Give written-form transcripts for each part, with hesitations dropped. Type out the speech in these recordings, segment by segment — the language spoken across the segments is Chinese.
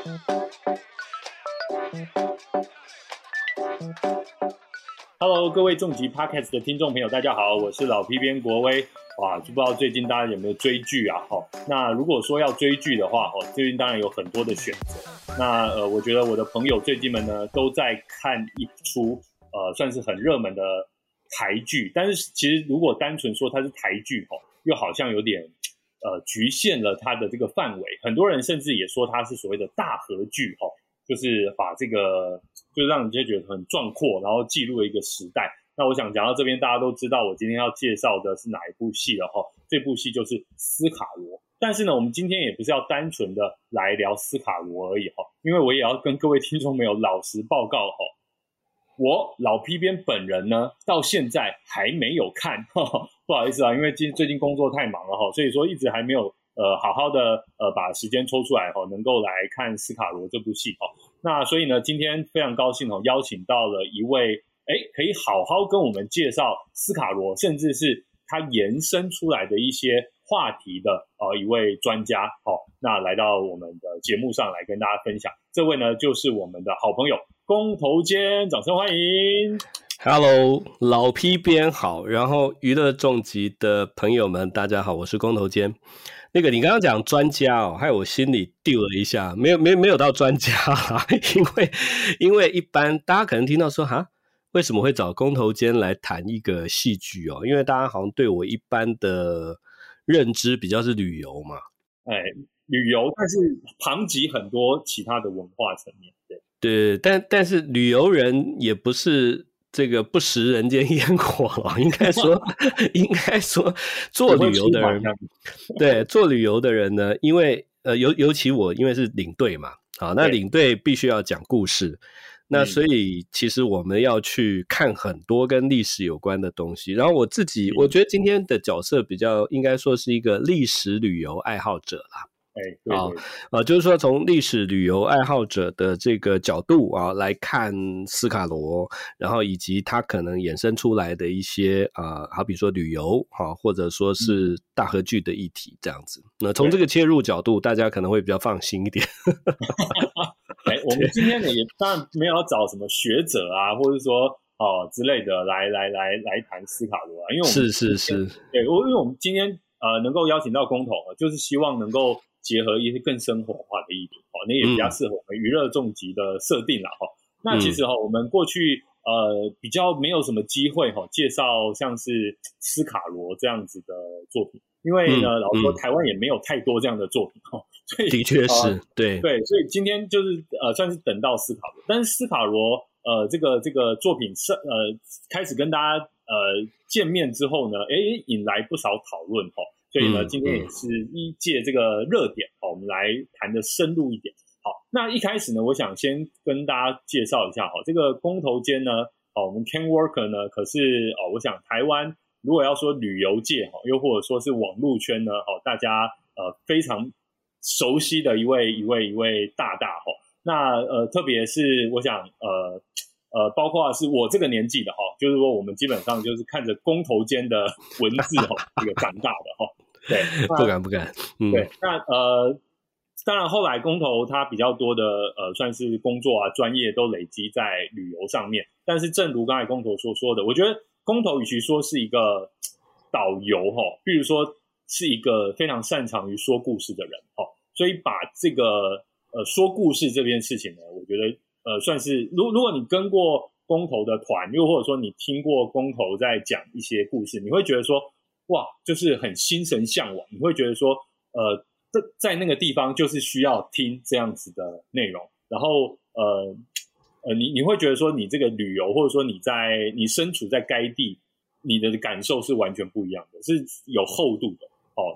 Hello， 各位重击 Podcast 的听众朋友，大家好，我是老 P 边国威。哇，就不知道最近大家有没有追剧啊？那如果说要追剧的话，最近当然有很多的选择。那我觉得我的朋友最近们呢都在看一出算是很热门的台剧，但是其实如果单纯说它是台剧又好像有点局限了它的这个范围。很多人甚至也说它是所谓的大合剧就是把这个就让人家觉得很壮阔，然后记录了一个时代。那我想讲到这边，大家都知道我今天要介绍的是哪一部戏了这部戏就是斯卡罗。但是呢，我们今天也不是要单纯的来聊斯卡罗而已因为我也要跟各位听众朋友老实报告我老 P 边本人呢到现在还没有看不好意思啊，因为最近工作太忙了所以说一直还没有好好的把时间抽出来能够来看斯卡罗这部戏那所以呢，今天非常高兴邀请到了一位可以好好跟我们介绍斯卡罗，甚至是他延伸出来的一些话题的一位专家那来到我们的节目上来跟大家分享。这位呢就是我们的好朋友公头坚，掌声欢迎。 Hello， 老 P 边好，然后娱乐重击的朋友们大家好，我是公头坚。那个你刚刚讲专家害我心里丢了一下，没有到专家因为一般大家可能听到说为什么会找公头坚来谈一个戏剧因为大家好像对我一般的认知比较是旅游嘛， 旅游，但是旁及很多其他的文化层面。 对，但是旅游人也不是这个不食人间烟火应该说做旅游的人，对，做旅游的人呢，因为尤其我因为是领队嘛，那领队必须要讲故事，那所以其实我们要去看很多跟历史有关的东西。然后我觉得今天的角色比较应该说是一个历史旅游爱好者啦。 对就是说从历史旅游爱好者的这个角度来看斯卡罗，然后以及他可能衍生出来的一些好比说旅游或者说是大合剧的议题这样子。那从这个切入角度，大家可能会比较放心一点。 我们今天呢也当然没有要找什么学者或者说之类的来谈斯卡罗因为我们是对，因为我们今天能够邀请到公头就是希望能够结合一些更生活化的议题那也比较适合我们娱乐重击的设定啦那其实我们过去比较没有什么机会介绍像是斯卡罗这样子的作品，因为呢老实说台湾也没有太多这样的作品所以的确是对， 所以今天就是算是等到斯卡罗。但是斯卡罗这个作品开始跟大家见面之后呢引来不少讨论所以呢今天也是依借这个热点我们来谈的深入一点。好，那一开始呢我想先跟大家介绍一下这个公头坚呢我们 Ken Walker 呢可是我想台湾如果要说旅游界又或者说是网络圈呢大家非常熟悉的一位大那特别是我想包括是我这个年纪的就是说我们基本上就是看着公头坚的文字这个长大的对， 不敢对，那当然后来公头他比较多的算是工作专业都累积在旅游上面，但是正如刚才公头所说的，我觉得公头与其说是一个导游比如说是一个非常擅长于说故事的人所以把这个说故事这件事情呢，我觉得算是如果你跟过公头的团，又或者说你听过公头在讲一些故事，你会觉得说哇就是很心神向往，你会觉得说在那个地方就是需要听这样子的内容，然后你会觉得说你这个旅游或者说你身处在该地，你的感受是完全不一样的，是有厚度的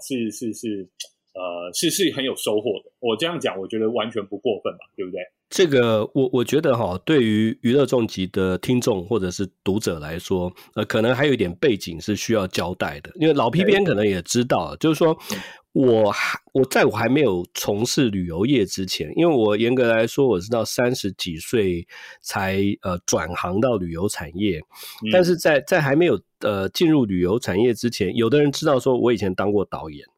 是很有收获的。我这样讲我觉得完全不过分吧，对不对？ 这个我觉得对于娱乐重击的听众或者是读者来说可能还有一点背景是需要交代的，因为老 P 边可能也知道，就是说我在我还没有从事旅游业之前，因为我严格来说我是到30几岁才转行到旅游产业，但是在还没有进入旅游产业之前，有的人知道说我以前当过导演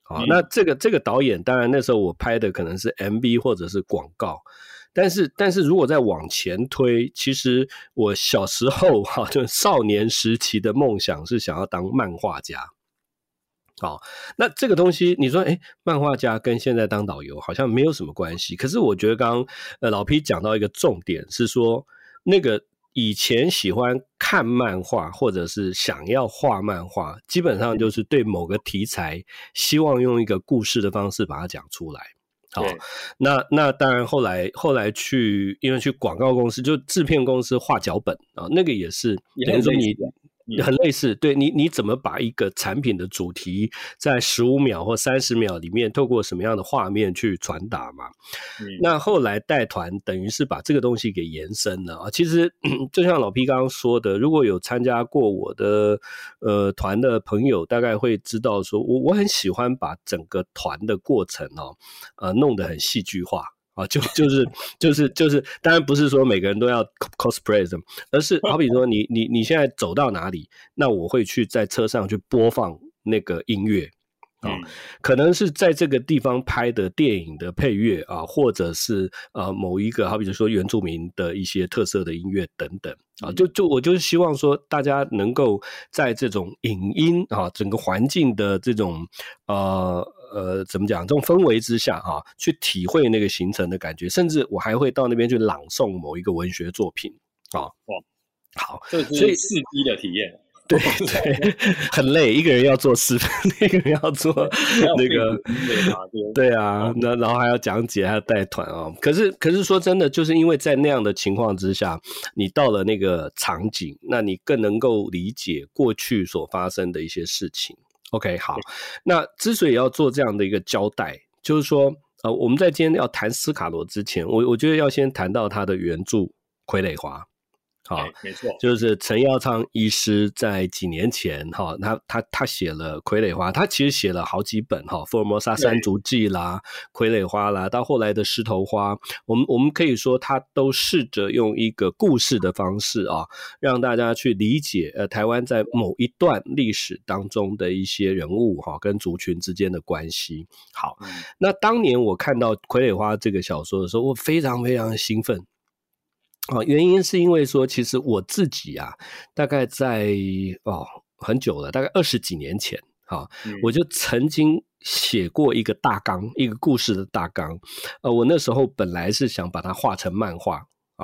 好，那这个导演当然那时候我拍的可能是 MV 或者是广告，但是如果再往前推，其实我小时候就少年时期的梦想是想要当漫画家。好，那这个东西你说漫画家跟现在当导游好像没有什么关系，可是我觉得刚刚老 P 讲到一个重点是说，那个以前喜欢看漫画或者是想要画漫画，基本上就是对某个题材希望用一个故事的方式把它讲出来。好，那当然后来因为去广告公司就制片公司画脚本啊，那个也是等于说你很类似，对你怎么把一个产品的主题在15秒或30秒里面透过什么样的画面去传达嘛。那后来带团等于是把这个东西给延伸了啊。其实就像老 P 刚刚说的，如果有参加过我的团的朋友大概会知道说我很喜欢把整个团的过程弄得很戏剧化。就是当然不是说每个人都要 cosplay 什么，而是好比说你现在走到哪里，那我会去在车上去播放那个音乐可能是在这个地方拍的电影的配乐啊，或者是某一个好比说原住民的一些特色的音乐等等啊，我就是希望说大家能够在这种影音啊整个环境的这种怎么讲这种氛围之下去体会那个行程的感觉，甚至我还会到那边去朗诵某一个文学作品好， 这是4D 的体验。 对，很累，一个人要做示范，一个人要做那个，对啊，然后还要讲解，还要带团可是说真的，就是因为在那样的情况之下，你到了那个场景，那你更能够理解过去所发生的一些事情。OK， 好，那之所以要做这样的一个交代，就是说，我们在今天要谈斯卡罗之前，我觉得要先谈到他的原著《傀儡花》。好， 没错， 就是陈耀昌医师在几年前他写了《傀儡花》，他其实写了好几本福尔摩沙山竹记啦、傀儡花啦，到后来的狮头花，我们可以说他都试着用一个故事的方式让大家去理解台湾在某一段历史当中的一些人物跟族群之间的关系。好，那当年我看到《傀儡花》这个小说的时候，我非常非常的兴奋。原因是因为说其实我自己大概在很久了，大概20几年前我就曾经写过一个大纲，一个故事的大纲。我那时候本来是想把它画成漫画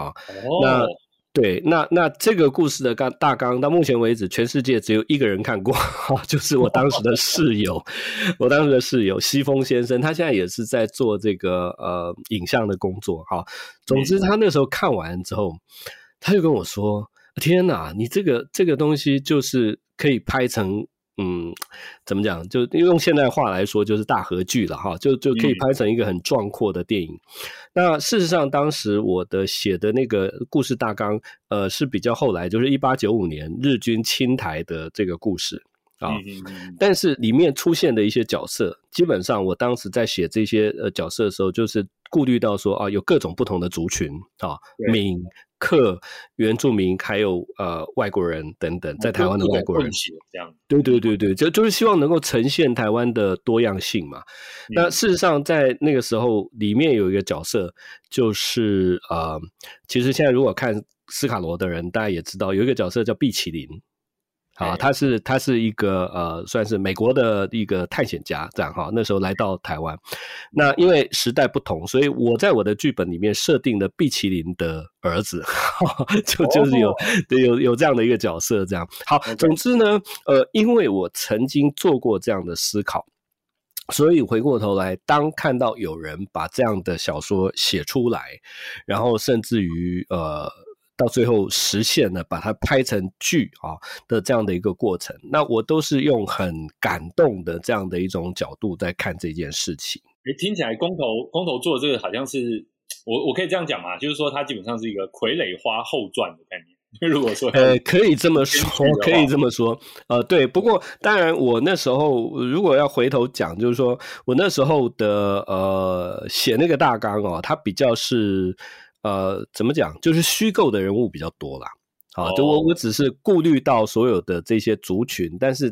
那这个故事的大纲到目前为止全世界只有一个人看过就是我当时的室友西风先生，他现在也是在做这个影像的工作总之他那时候看完之后，他就跟我说，天哪，你这个东西就是可以拍成怎么讲，就用现代话来说就是大合剧了就可以拍成一个很壮阔的电影。那事实上当时我的写的那个故事大纲是比较后来，就是1895年日军侵台的这个故事但是里面出现的一些角色，基本上我当时在写这些角色的时候，就是顾虑到说有各种不同的族群闽、客、原住民，还有外国人等等，在台湾的外国人， 这样对，就是希望能够呈现台湾的多样性嘛。那事实上在那个时候里面有一个角色，就是其实现在如果看斯卡罗的人大家也知道，有一个角色叫毕麒麟他是一个算是美国的一个探险家这样那时候来到台湾。那因为时代不同，所以我在我的剧本里面设定了毕麒麟的儿子就是有这样的一个角色这样。好，总之呢因为我曾经做过这样的思考，所以回过头来当看到有人把这样的小说写出来，然后甚至于到最后实现了把它拍成剧的这样的一个过程，那我都是用很感动的这样的一种角度在看这件事情。 听起来公投做的这个好像是我可以这样讲嘛，就是说它基本上是一个傀儡花后传的概念。如果说可以这么说，对。不过当然我那时候如果要回头讲，就是说我那时候的写那个大纲它比较是怎么讲，就是虚构的人物比较多啦。就我只是顾虑到所有的这些族群，但是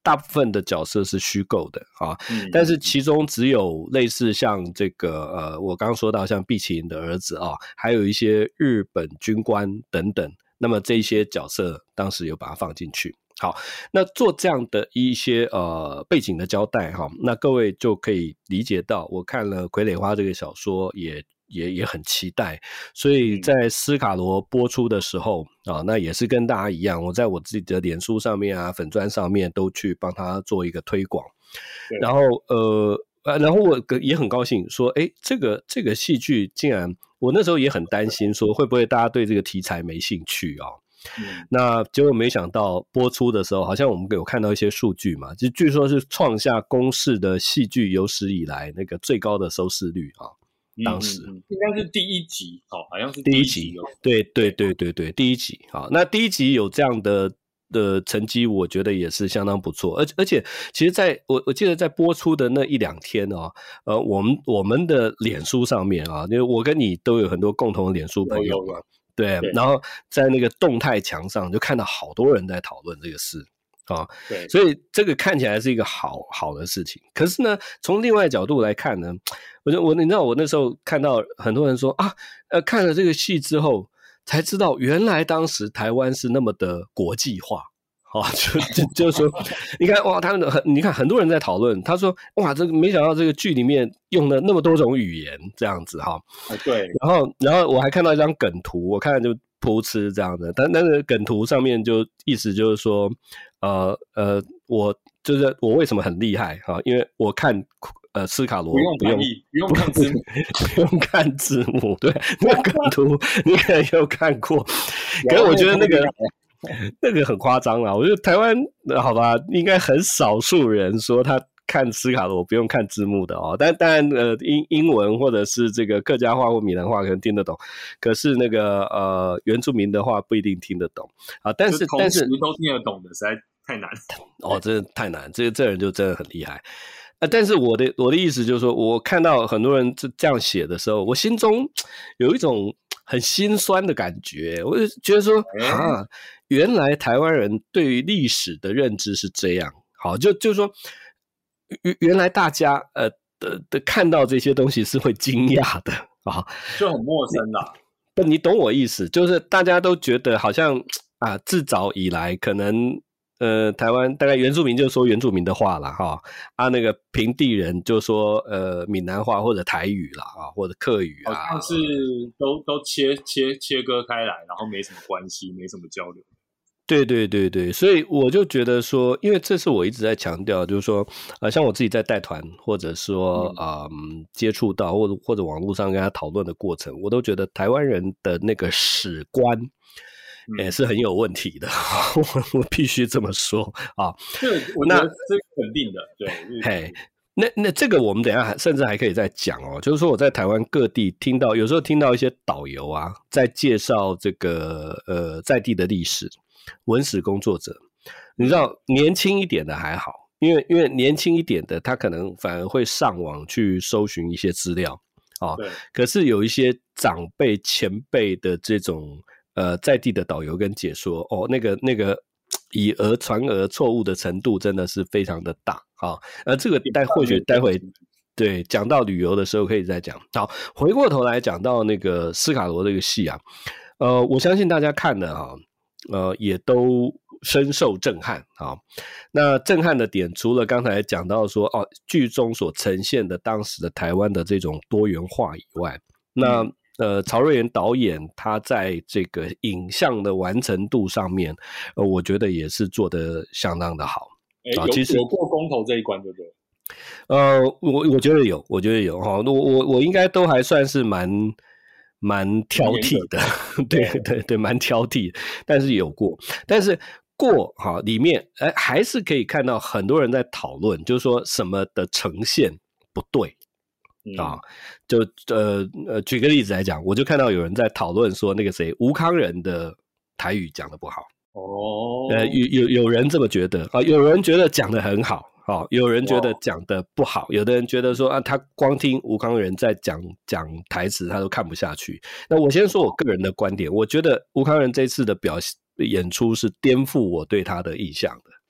大部分的角色是虚构的啊，但是其中只有类似像这个我刚刚说到像毕启林的儿子啊，还有一些日本军官等等，那么这些角色当时有把它放进去。好，那做这样的一些背景的交代哈，那各位就可以理解到，我看了《傀儡花》这个小说也很期待，所以在斯卡罗播出的时候啊，那也是跟大家一样，我在我自己的脸书上面啊、粉专上面都去帮他做一个推广，然后我也很高兴说，这个戏剧竟然，我那时候也很担心说会不会大家对这个题材没兴趣啊。那结果没想到播出的时候，好像我们有看到一些数据嘛，就据说是创下公视的戏剧有史以来那个最高的收视率啊。当时应该是第1集，好像是第一集，对，第一集。好，那第一集有这样的成绩，我觉得也是相当不错。而且，其实我记得在播出的那1-2天哦，我们的脸书上面啊，因为我跟你都有很多共同的脸书朋友嘛。对，然后在那个动态墙上就看到好多人在讨论这个事啊，对，所以这个看起来是一个好的事情。可是呢，从另外角度来看呢，你知道我那时候看到很多人说啊，看了这个戏之后才知道，原来当时台湾是那么的国际化。就是说，你看哇，你看很多人在讨论，他说哇，这个没想到这个剧里面用了那么多种语言，这样子哈。 对。 然后我还看到一张梗图，我看就噗嗤这样的，但那个梗图上面就意思就是说，我为什么很厉害哈？因为我看斯卡罗不用看字幕，不用看字幕，对，那个梗图你可能有看过，可是我觉得那个很夸张啦，我觉得台湾好吧，应该很少数人说他看斯卡罗不用看字幕的哦，但当然英文或者是这个客家话或闽南话可能听得懂，可是那个原住民的话不一定听得懂啊。但是都听得懂的实在太难哦，真的太难，这人就真的很厉害。但是我的意思就是说，我看到很多人这样写的时候，我心中有一种很心酸的感觉，我就觉得说原来台湾人对于历史的认知是这样，好，就是说原来大家看到这些东西是会惊讶的啊， 就很陌生啦。 你懂我意思，就是大家都觉得好像自早以来可能台湾大概原住民就说原住民的话啦哈，那个平地人就说闽南话或者台语啦或者客语好像是都切割开来，然后没什么关系，没什么交流。 对，所以我就觉得说，因为这是我一直在强调，就是说像我自己在带团或者说接触到或者网络上跟他讨论的过程，我都觉得台湾人的那个史观也是很有问题的，我必须这么说啊。 对，我觉得这肯定的，对。 嘿，那这个我们等一下甚至还可以再讲哦，就是说我在台湾各地有时候听到一些导游啊，在介绍这个在地的历史。文史工作者，你知道年轻一点的还好，因为年轻一点的他可能反而会上网去搜寻一些资料可是有一些长辈前辈的这种在地的导游跟解说那个以讹传讹错误的程度真的是非常的大这个或许待会对讲到旅游的时候可以再讲。好，回过头来讲到那个斯卡罗这个戏我相信大家看的也都深受震撼那震撼的点除了刚才讲到说剧中所呈现的当时的台湾的这种多元化以外，那曹瑞原导演他在这个影像的完成度上面我觉得也是做得相当的好其实有过公投这一关对不对？ 我觉得有我应该都还算是蛮挑剔的对蛮挑剔的，但是有过，但是里面还是可以看到很多人在讨论，就是说什么的呈现不对就举个例子来讲，我就看到有人在讨论说那个谁吴康仁的台语讲得不好有人这么觉得有人觉得讲得很好有人觉得讲得不好，有的人觉得说他光听吴康仁在讲台词他都看不下去。那我先说我个人的观点，我觉得吴康仁这次的演出是颠覆我对他的印象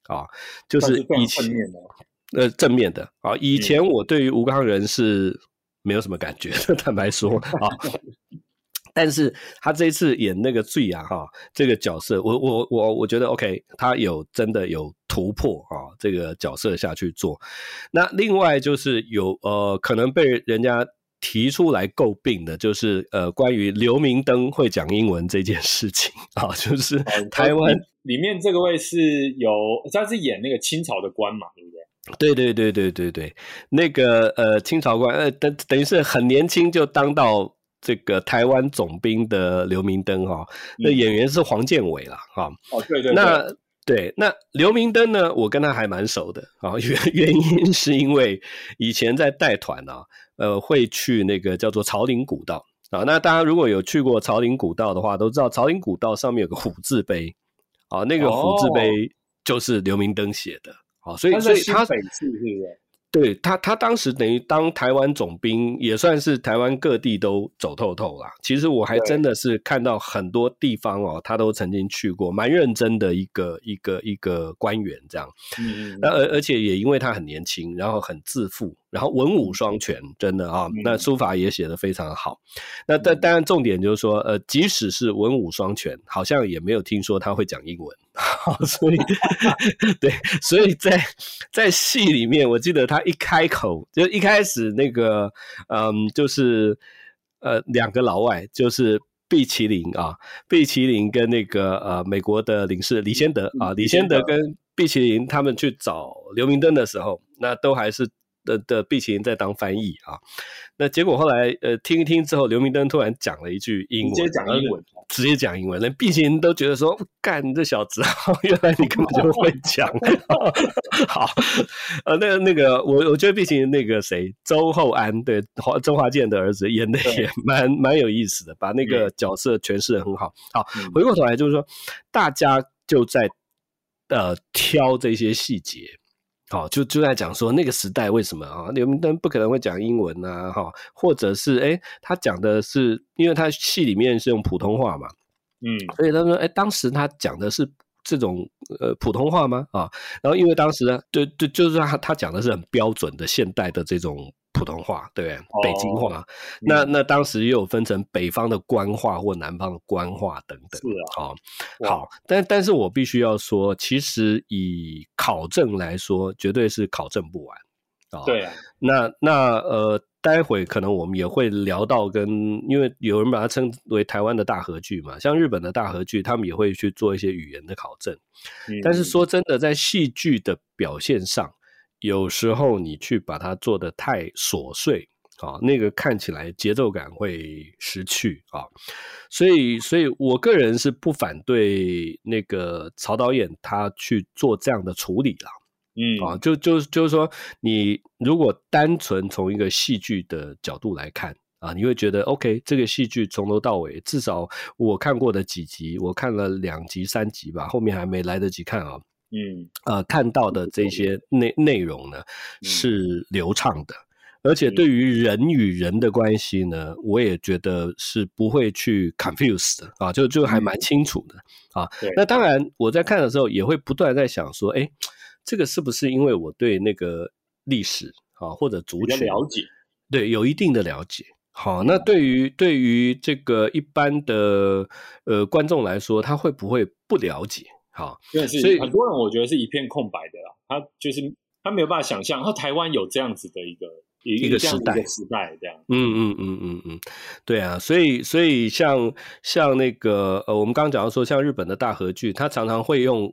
啊，就是以前正面的啊，以前我对于吴慷仁是没有什么感觉的，坦白说啊。但是他这一次演那个醉啊哈，这个角色，我觉得 OK， 他真的有突破啊，这个角色下去做。那另外就是有可能被人家提出来诟病的，就是关于刘明灯会讲英文这件事情啊，就是台湾里面这个位是他是演那个清朝的官嘛，对不对？ 对，那个清朝官等于是很年轻就当到这个台湾总兵的刘明灯哈，那演员是黄建伟啦哈。哦，对，那刘明灯呢，我跟他还蛮熟的啊，原因是因为以前在带团啊，会去那个叫做草岭古道啊。那大家如果有去过草岭古道的话，都知道草岭古道上面有个虎字碑啊，那个虎字碑就是刘明灯写的。好，所以他北市是不是？ 对，他当时等于当台湾总兵，也算是台湾各地都走透透啦。其实我还真的是看到很多地方哦，他都曾经去过，蛮认真的一个官员这样。那而且也因为他很年轻，然后很自负，然后文武双全，真的啊，那书法也写得非常好。那当然重点就是说，即使是文武双全，好像也没有听说他会讲英文。所以对，所以在戏里面，我记得他一开口就一开始那个就是两个老外，就是毕麒麟跟那个美国的领事李先德啊，李先德跟毕麒麟他们去找刘明灯的时候，那都还是的毕麒麟在当翻译啊。那结果后来听一听之后，刘明灯突然讲了一句英文，直接讲英文，连毕麒麟都觉得说干你这小子，原来你根本就会讲。好，那个我觉得毕麒麟那个谁周厚安，对，周华健的儿子演的也蛮有意思的，把那个角色诠释得很好。好，回过头来就是说，大家就在挑这些细节。好，就在讲说那个时代为什么啊，刘明灯不可能会讲英文啊，或者是他讲的是，因为他戏里面是用普通话嘛，所以他说当时他讲的是这种普通话吗啊？然后因为当时呢，就是他讲的是很标准的现代的这种普通话，对不对？北京话。那当时也有分成北方的官话或南方的官话等等。 是啊。 好，但是我必须要说，其实以考证来说，绝对是考证不完。 对啊。 那待会可能我们也会聊到因为有人把它称为台湾的大河剧嘛，像日本的大河剧，他们也会去做一些语言的考证。但是说真的，在戏剧的表现上，有时候你去把它做得太琐碎啊，那个看起来节奏感会失去啊。所以我个人是不反对那个曹导演他去做这样的处理啦。就是说，你如果单纯从一个戏剧的角度来看啊，你会觉得 OK， 这个戏剧从头到尾，至少我看过的几集，我看了2集3集吧，后面还没来得及看啊。看到的这些内容呢是流畅的，而且对于人与人的关系呢，我也觉得是不会去 confuse 的啊，就还蛮清楚的啊。那当然我在看的时候也会不断在想说，这个是不是因为我对那个历史啊或者族群了解， 对，有一定的了解。好，那对于这个一般的观众来说，他会不会不了解？好， 所以很多人我觉得是一片空白的啦，他没有办法想象，台湾有这样子的一个时代这样。 对啊，所以像那个我们刚刚讲到说，像日本的大河剧，他常常会用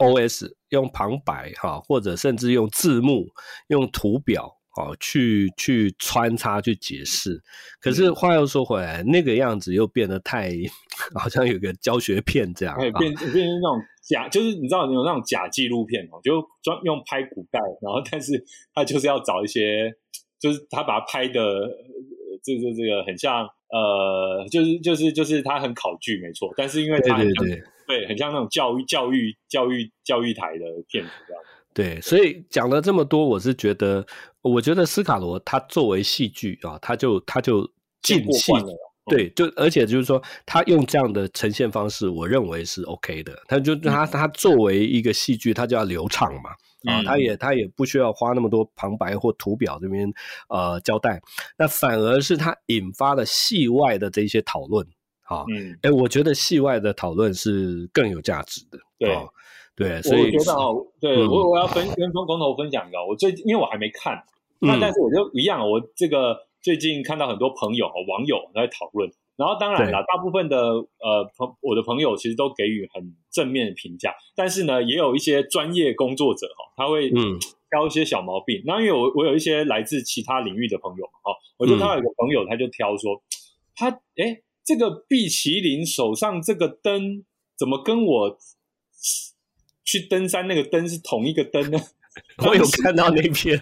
OS 用旁白或者甚至用字幕用图表去穿插去解释，可是话又说回来，那个样子又变得太好像有个教学片这样， 变成那种假，就是你知道有那种假纪录片就专用拍古代，然后但是他就是要找一些，就是他把它拍的这个很像就是他很考据没错，但是因为他对很像那种教育台的片子这样。 对，所以讲了这么多，我觉得斯卡罗他作为戏剧他就进戏， 对，就而且就是说，他用这样的呈现方式，我认为是 OK 的。他作为一个戏剧，他就要流畅嘛，他也不需要花那么多旁白或图表这边交代，那反而是他引发了戏外的这些讨论我觉得戏外的讨论是更有价值的。对，所以我觉得对我要跟光头分享一个，因为我还没看，但是我就一样，我这个最近看到很多朋友网友在讨论，然后当然啦，大部分的我的朋友其实都给予很正面的评价，但是呢，也有一些专业工作者他会挑一些小毛病。那因为我有一些来自其他领域的朋友我就看到有个朋友他就挑说，这个碧麒麟手上这个灯怎么跟我去登山那个灯是同一个灯呢？ 我有看到那篇，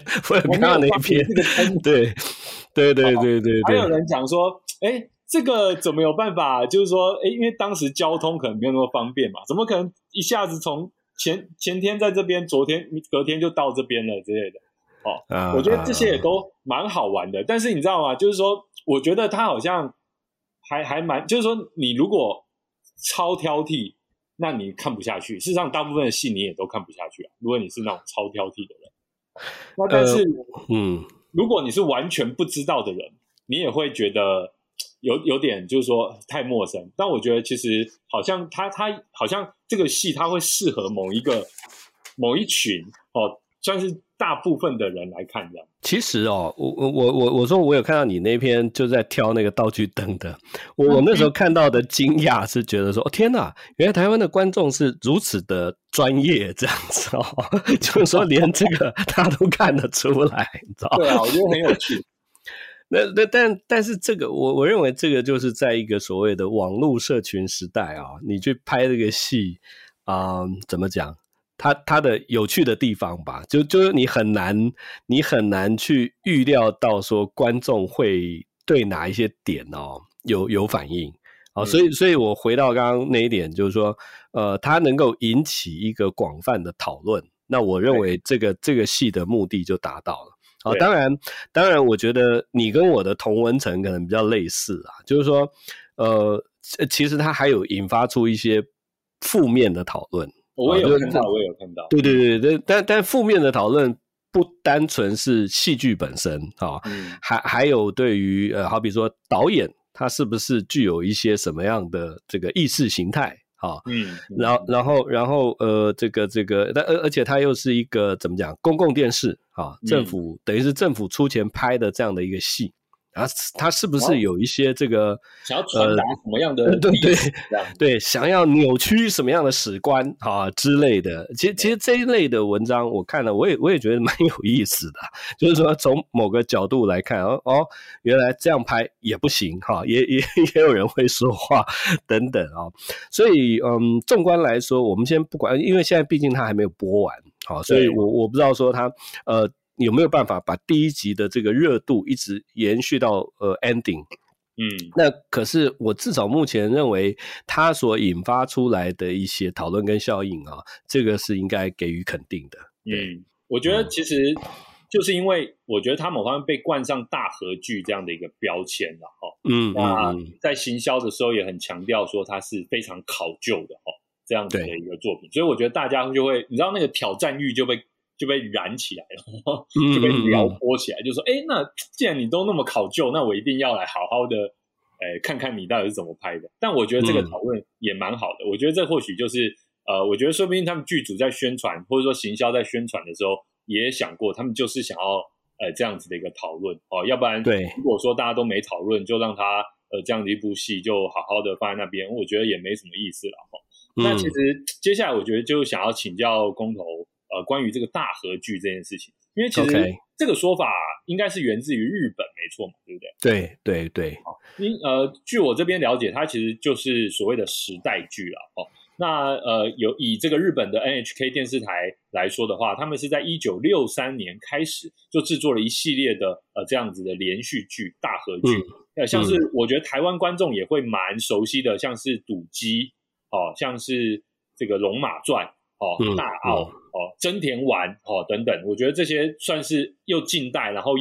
对。 还有人讲说，这个怎么有办法？就是说，因为当时交通可能没有那么方便嘛，怎么可能一下子从前天在这边，昨天隔天就到这边了之类的？我觉得这些也都蛮好玩的。但是你知道吗？就是说，我觉得他好像还蛮，就是说，你如果超挑剔，那你看不下去。事实上，大部分的戏你也都看不下去如果你是那种超挑剔的人，那但是如果你是完全不知道的人，你也会觉得有点就是说太陌生。但我觉得其实好像他好像这个戏他会适合某一群算是大部分的人来看这样。 其实我说我有看到你那篇就在挑那个道具灯的，我那时候看到的惊讶是觉得说，天哪，原来台湾的观众是如此的专业这样子就是说连这个他都看得出来，你知道？ 对啊，我觉得很有趣。 但是这个我认为这个就是在一个所谓的网络社群时代你去拍这个戏怎么讲？它的有趣的地方吧，就是你很难去预料到说观众会对哪一些点有反应所以我回到刚刚那一点，就是说它能够引起一个广泛的讨论，那我认为这个戏的目的就达到了。当然我觉得你跟我的同温层可能比较类似就是说其实它还有引发出一些负面的讨论。 我也有看到， 对，但负面的讨论不单纯是戏剧本身还有对于好比说导演他是不是具有一些什么样的这个意识形态然后这个而且它又是一个怎么讲公共电视政府等于是政府出钱拍的这样的一个戏。他是不是有一些这个想要传达什么样的对想要扭曲什么样的史观之类的？其实这一类的文章我看了，我也觉得蛮有意思的，就是说从某个角度来看原来这样拍也不行也有人会说话等等所以纵观来说，我们先不管，因为现在毕竟它还没有播完所以我不知道说它有没有办法把第一集的这个热度一直延续到ending？那可是我至少目前认为它所引发出来的一些讨论跟效应这个是应该给予肯定的。 我觉得其实就是因为我觉得它某方面被冠上大河剧这样的一个标签了那在行销的时候也很强调说它是非常考究的这样子的一个作品，所以我觉得大家就会你知道那个挑战欲就被燃起来了就被撩拨起来，就说那既然你都那么考究，那我一定要来好好的看看你到底是怎么拍的。但我觉得这个讨论也蛮好的，我觉得这或许就是我觉得说不定他们剧组在宣传或者说行销在宣传的时候也想过，他们就是想要这样子的一个讨论要不然如果说大家都没讨论，就让他这样的一部戏就好好的放在那边，我觉得也没什么意思了那其实接下来我觉得就想要请教公投关于这个大河剧这件事情，因为其实这个说法应该是源自于日本没错嘛，对不对？ 对据我这边了解，它其实就是所谓的时代剧啦那以这个日本的 NHK 电视台来说的话，他们是在1963年开始就制作了一系列的这样子的连续剧大河剧像是我觉得台湾观众也会蛮熟悉的，像是赌鸡像是这个龙马传大奥真田丸等等，我觉得这些算是又近代然后又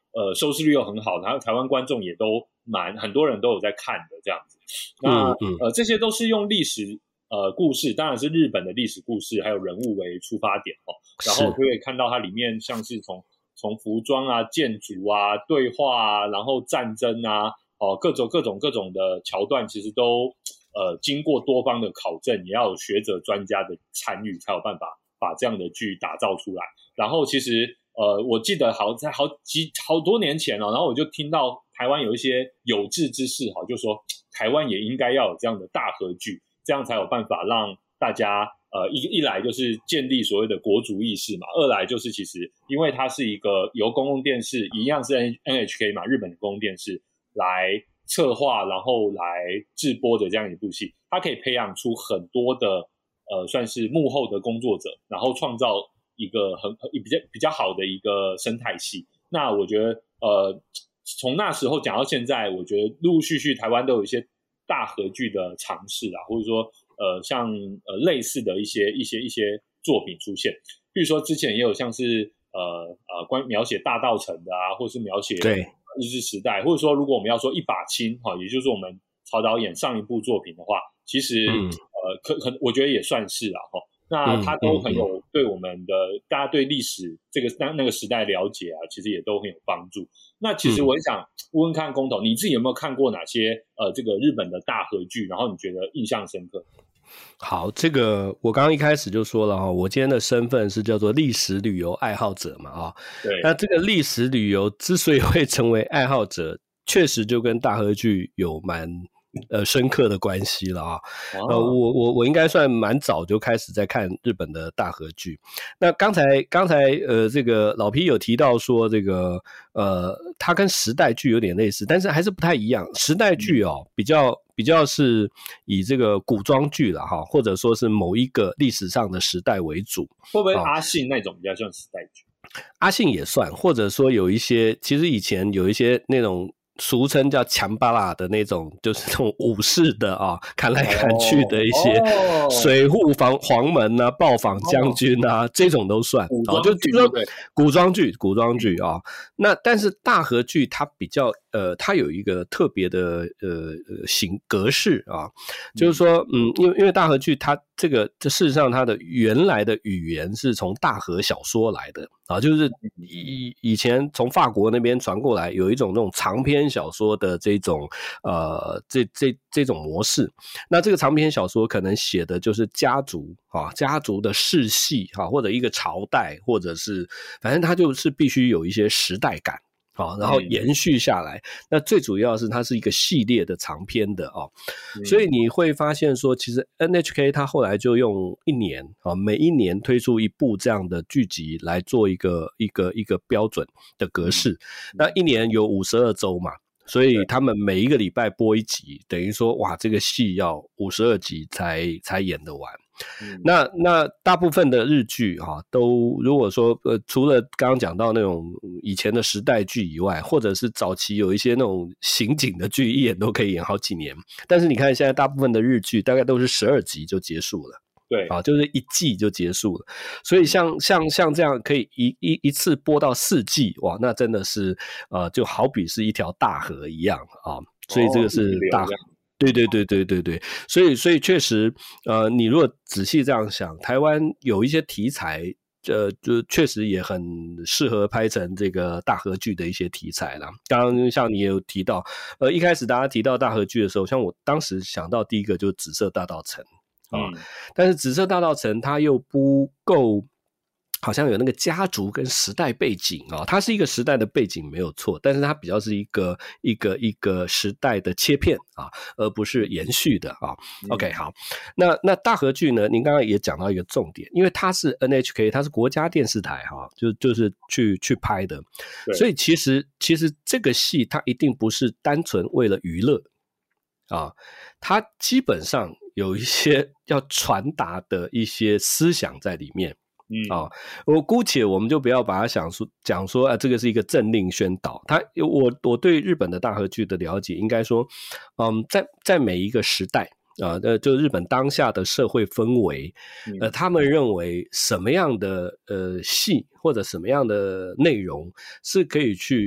收视率又很好，然后台湾观众也都很多人都有在看的这样子。那这些都是用历史故事，当然是日本的历史故事还有人物为出发点然后可以看到它里面像是从服装啊、建筑啊、对话啊，然后战争啊，各种的桥段，其实都经过多方的考证，也要有学者专家的参与，才有办法把这样的剧打造出来。然后其实我记得在好多年前然后我就听到台湾有一些有志之士就说台湾也应该要有这样的大河剧，这样才有办法让大家一来就是建立所谓的国族意识嘛，二来就是其实因为它是一个由公共电视一样是 NHK 嘛，日本的公共电视来策划然后来制播的这样一部戏，它可以培养出很多的算是幕后的工作者，然后创造一个比较好的一个生态系。那我觉得从那时候讲到现在，我觉得陆陆续续台湾都有一些大河剧的尝试或者说像类似的一些作品出现。比如说之前也有像是描写大稻埕的或者是描写日治时代，或者说如果我们要说一把青也就是我们曹导演上一部作品的话，其实我觉得也算是那他都很有对我们的大家对历史这个那个时代了解其实也都很有帮助。那其实我很想问问看公投，你自己有没有看过哪些这个日本的大河剧，然后你觉得印象深刻？ 好，这个我刚刚一开始就说了我今天的身份是叫做历史旅游爱好者嘛对。 那这个历史旅游之所以会成为爱好者，确实就跟大河剧有蛮深刻的关系了我应该算蛮早就开始在看日本的大河剧。那刚才这个老 P 有提到说这个它跟时代剧有点类似，但是还是不太一样。时代剧比较是以这个古装剧啦或者说是某一个历史上的时代为主。 会不会阿信那种比较像时代剧？ 阿信也算，或者说有一些其实以前有一些那种俗称叫强巴拉的那种，就是那种武士的砍来砍去的一些水户黄门暴坊将军这种都算就是古装剧那但是大河剧它比较它有一个特别的格式就是说因为大河剧它这事实上它的原来的语言是从大河小说来的就是以前从法国那边传过来，有一种那种长篇小说的这种这种模式。那这个长篇小说可能写的就是家族的世系或者一个朝代，或者是反正它就是必须有一些时代感然后延续下来。那最主要是它是一个系列的长篇的所以你会发现说其实 NHK 它后来就用一年每一年推出一部这样的剧集来做一个标准的格式。那一年有52周嘛，所以他们每一个礼拜播一集，等于说哇这个戏要52集才演得完。那大部分的日剧都如果说除了刚刚讲到那种以前的时代剧以外，或者是早期有一些那种刑警的剧一演都可以演好几年，但是你看现在大部分的日剧大概都是12集就结束了。 对就是一季就结束了。所以像这样可以一次播到4季，哇那真的是就好比是一条大河一样所以这个是大河对，所以确实你如果仔细这样想，台湾有一些题材就确实也很适合拍成这个大河剧的一些题材啦。刚刚像你也有提到一开始大家提到大河剧的时候，像我当时想到第一个就是紫色大稻埕但是紫色大稻埕它又不够好像有那个家族跟时代背景它是一个时代的背景没有错，但是它比较是一个时代的切片而不是延续的OK 好，那大河剧呢，您刚刚也讲到一个重点，因为它是 NHK 它是国家电视台就是去拍的，所以其实这个戏它一定不是单纯为了娱乐它基本上有一些要传达的一些思想在里面我姑且我们就不要把它讲说这个是一个政令宣导。我对日本的大河剧的了解应该说在每一个时代就日本当下的社会氛围他们认为什么样的戏或者什么样的内容是可以去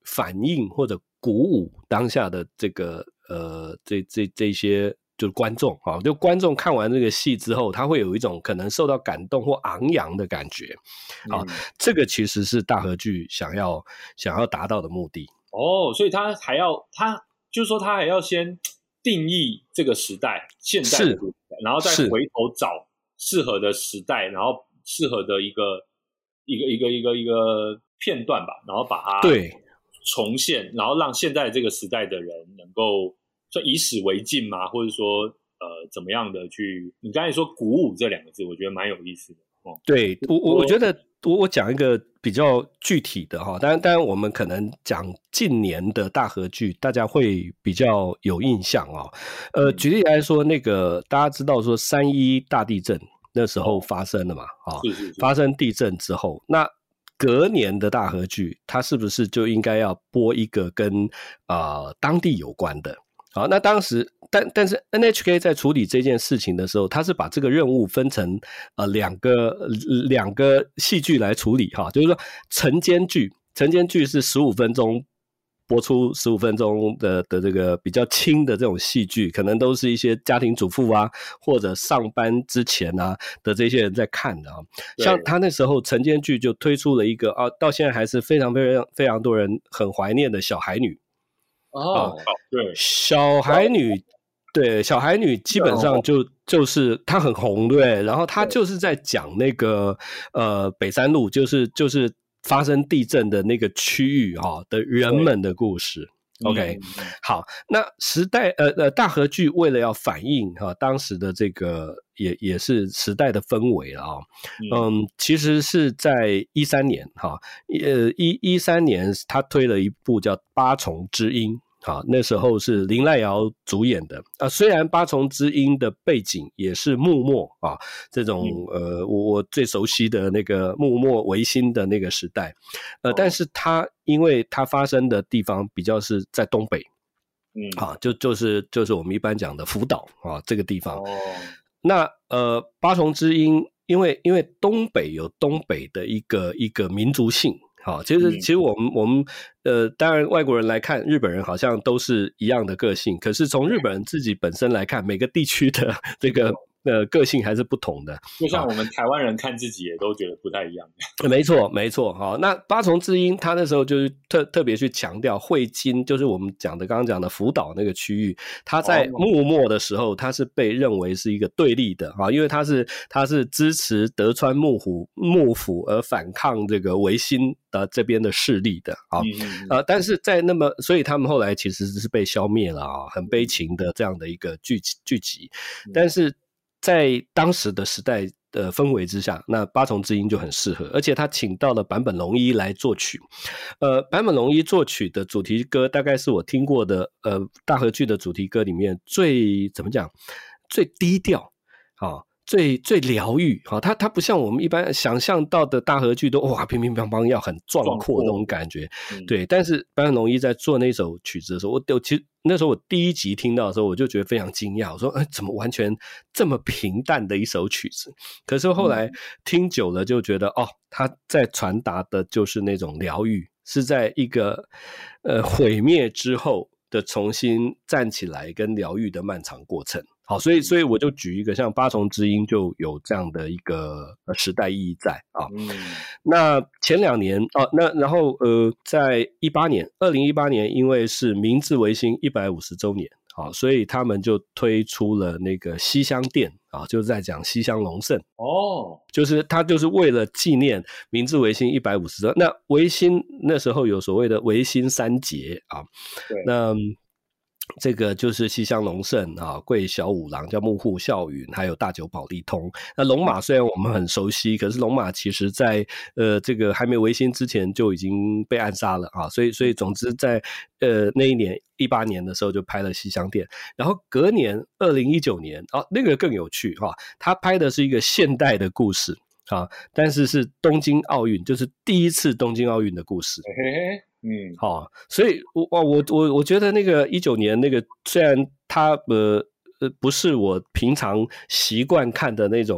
反映或者鼓舞当下的这个这些就是观众啊，就观众看完这个戏之后，他会有一种可能受到感动或昂扬的感觉啊，这个其实是大河剧想要达到的目的。 所以他就是说他还要先定义这个时代，现在的时代，然后再回头找适合的时代，然后适合的一个片段吧，然后把它重现，然后让现在这个时代的人能够说以史为镜嘛，或者说怎么样的去，你刚才说鼓舞这2个字，我觉得蛮有意思的。 对，我觉得我讲一个比较具体的哈，当然我们可能讲近年的大河剧，大家会比较有印象哦。举例来说，那个大家知道说3·11大地震那时候发生了嘛，发生地震之后，那隔年的大河剧，它是不是就应该要播一个跟当地有关的？好，那当时但是 NHK 在处理这件事情的时候，他是把这个任务分成两个戏剧来处理哈，就是说晨间剧是15分钟播出15分钟的这个比较轻的这种戏剧，可能都是一些家庭主妇啊或者上班之前啊的这些人在看的啊。像他那时候晨间剧就推出了一个到现在还是非常非常非常多人很怀念的小孩女。 对， 小孩女，对，小孩女基本上就是她很红，对，然后她就是在讲那个北三路，就是发生地震的那个区域的人们的故事。OK， 好，那时代大河剧为了要反映当时的这个也是时代的氛围了其实是在13年13年他推了一部叫《八重之音》。好，那时候是林濑遥主演的虽然八重之音的背景也是幕末这种我最熟悉的那个幕末维新的那个时代但是因为它发生的地方比较是在东北就是我们一般讲的福岛这个地方那八重之音因为东北有东北的一个民族性好，其实我们当然外国人来看日本人好像都是一样的个性，可是从日本人自己本身来看，每个地区的这个个性还是不同的， 就像我们台湾人看自己也都觉得不太一样。 没错好，那八重之音他那时候就是特别去强调汇金，就是我们刚刚讲的福岛那个区域，他在幕末的时候他是被认为是一个对立的因为他是支持德川幕府而反抗这个维新的这边的势力的但是所以他们后来其实是被消灭了很悲情的这样的一个剧集但是在当时的时代的氛围之下，那八重之音就很适合，而且他请到了坂本龙一来作曲。坂本龙一作曲的主题歌大概是我听过的大河剧的主题歌里面最低调最疗愈它不像我们一般想象到的大河剧都哇乒乒乓乓要很壮阔那种感觉对，但是坂本龙一在做那首曲子的时候，其实那时候我第一集听到的时候我就觉得非常惊讶，我说怎么完全这么平淡的一首曲子，可是后来听久了就觉得他在传达的就是那种疗愈，是在一个毁灭之后的重新站起来跟疗愈的漫长过程。好，所以我就举一个像八重之音就有这样的一个时代意义在那前2年那然后在2018年因为是明治维新150周年所以他们就推出了那个西厢殿就是在讲西厢隆盛就是他就是为了纪念明治维新150周年。那维新那时候有所谓的维新3杰那这个就是西厢隆盛桂小五郎叫木户孝允，还有大久保利通。那龙马虽然我们很熟悉，可是龙马其实在这个还没维新之前就已经被暗杀了所以总之在那一年18年的时候就拍了西厢殿，然后隔年2019年那个更有趣他拍的是一个现代的故事但是是东京奥运，就是第一次东京奥运的故事所以我觉得那个19年那个虽然它不是我平常习惯看的那种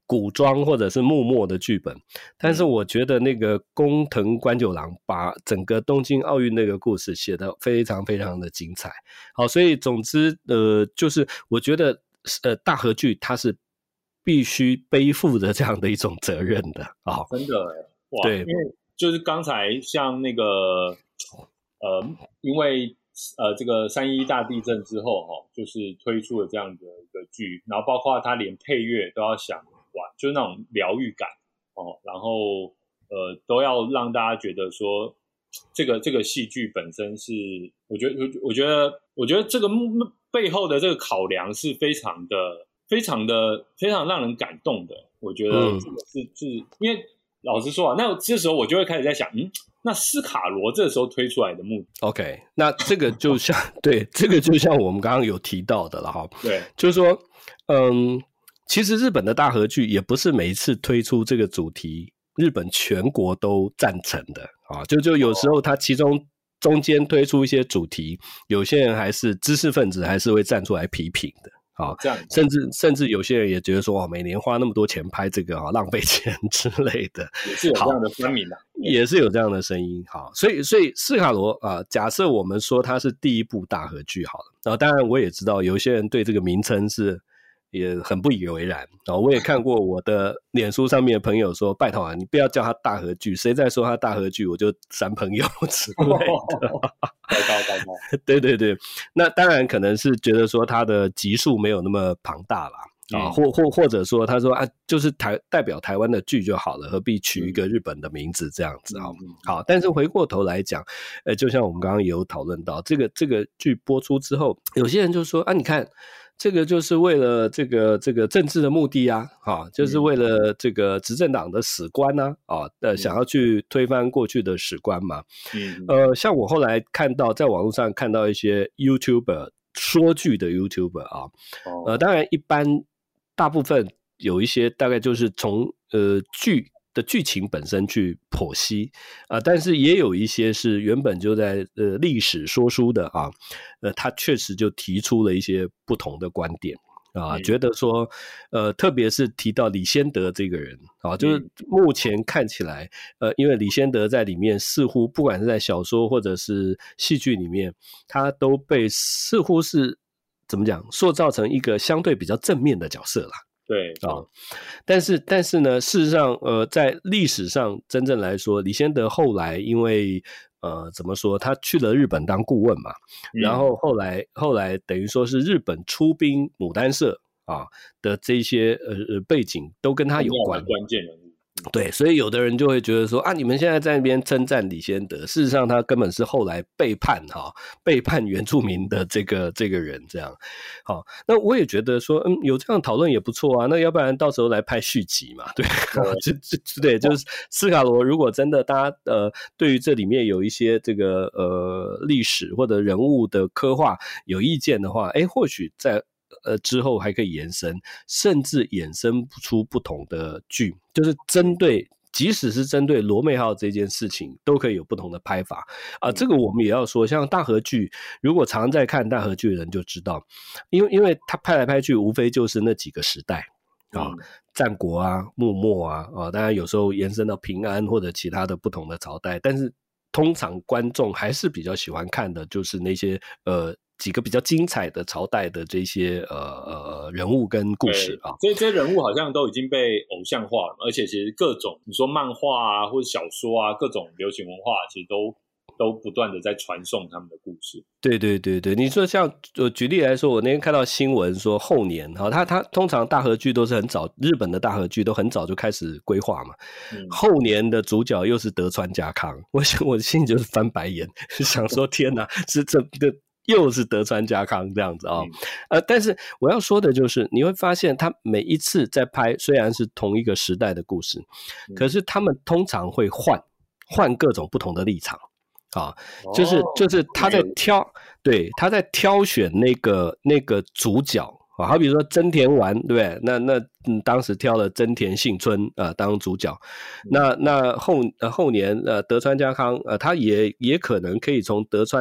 古装或者是幕末的剧本，但是我觉得那个工藤官九郎把整个东京奥运那个故事写得非常非常的精彩。好，所以总之就是我觉得大河剧它是必须背负着这样的一种责任的啊， 真的哇， 对， 因为就是刚才像那个因为这个3·11大地震之后就是推出了这样的一个剧，然后包括它连配乐都要想完，就是那种疗愈感然后都要让大家觉得说这个戏剧本身是，我觉得这个背后的这个考量是非常让人感动的。我觉得这个是因为老实说那这时候我就会开始在想，那斯卡罗这时候推出来的目的 ，OK， 那这个就像对，这个就像我们刚刚有提到的了哈， 对， 就是说，其实日本的大河剧也不是每一次推出这个主题，日本全国都赞成的啊，就有时候它中间推出一些主题，有些人还是知识分子还是会站出来批评的。好，甚至有些人也觉得说，每年花那么多钱拍这个浪费钱之类的， 也是有这样的声明的， 也是有这样的声音。好，所以斯卡罗假设我们说它是第一部大河剧好了，当然我也知道有些人对这个名称是也很不以为然我也看过我的脸书上面的朋友说，拜托你不要叫他大河剧，谁再说他大河剧我就删朋友之类的。对对对，那当然可能是觉得说他的集数没有那么庞大啦或者说他说就是代表台湾的剧就好了，何必取一个日本的名字这样子好，但是回过头来讲就像我们刚刚也有讨论到这个剧播出之后，有些人就说你看这个就是为了这个政治的目的就是为了这个执政党的史观想要去推翻过去的史观嘛。像我后来在网络上看到一些 YouTuber 说剧的 YouTuber 当然一般大部分有一些大概就是从剧的剧情本身去剖析但是也有一些是原本就在历史说书的他确实就提出了一些不同的观点觉得说特别是提到李仙得这个人就是目前看起来因为李仙得在里面似乎不管是在小说或者是戏剧里面，他都被似乎是怎么讲塑造成一个相对比较正面的角色啦。 对但是呢，事实上在历史上真正来说，李仙得后来因为怎么说，他去了日本当顾问嘛，然后后来等于说是日本出兵牡丹社的这些背景都跟他有关， 关键人物。 对，所以有的人就会觉得说你们现在在那边称赞李仙得，事实上他根本是后来背叛原住民的这个人这样。好，那我也觉得说有这样讨论也不错那要不然到时候来拍续集嘛，对对，就是斯卡罗如果真的大家对于这里面有一些这个历史或者人物的刻画有意见的话，或许在之后还可以延伸，甚至衍生出不同的剧，就是即使是针对罗妹号这件事情都可以有不同的拍法这个我们也要说，像大河剧如果常在看大河剧的人就知道，因为他拍来拍去无非就是那几个时代战国幕末当然有时候延伸到平安或者其他的不同的朝代，但是通常观众还是比较喜欢看的就是那些几个比较精彩的朝代的这些人物跟故事这些人物好像都已经被偶像化了，而且其实各种你说漫画或者小说各种流行文化其实都不断的在传送他们的故事。 对对对对，你说像举例来说，我那天看到新闻说后年他通常大河剧都是很早，日本的大河剧都很早就开始规划嘛后年的主角又是德川家康，我心里就是翻白眼想说天哪，是这个又是德川家康这样子但是我要说的就是你会发现他每一次在拍虽然是同一个时代的故事可是他们通常会换各种不同的立场就是他在他在挑选那个主角好比如说真田丸对不对？那当时挑了真田幸村当主角那后年德川家康他也可能可以从德川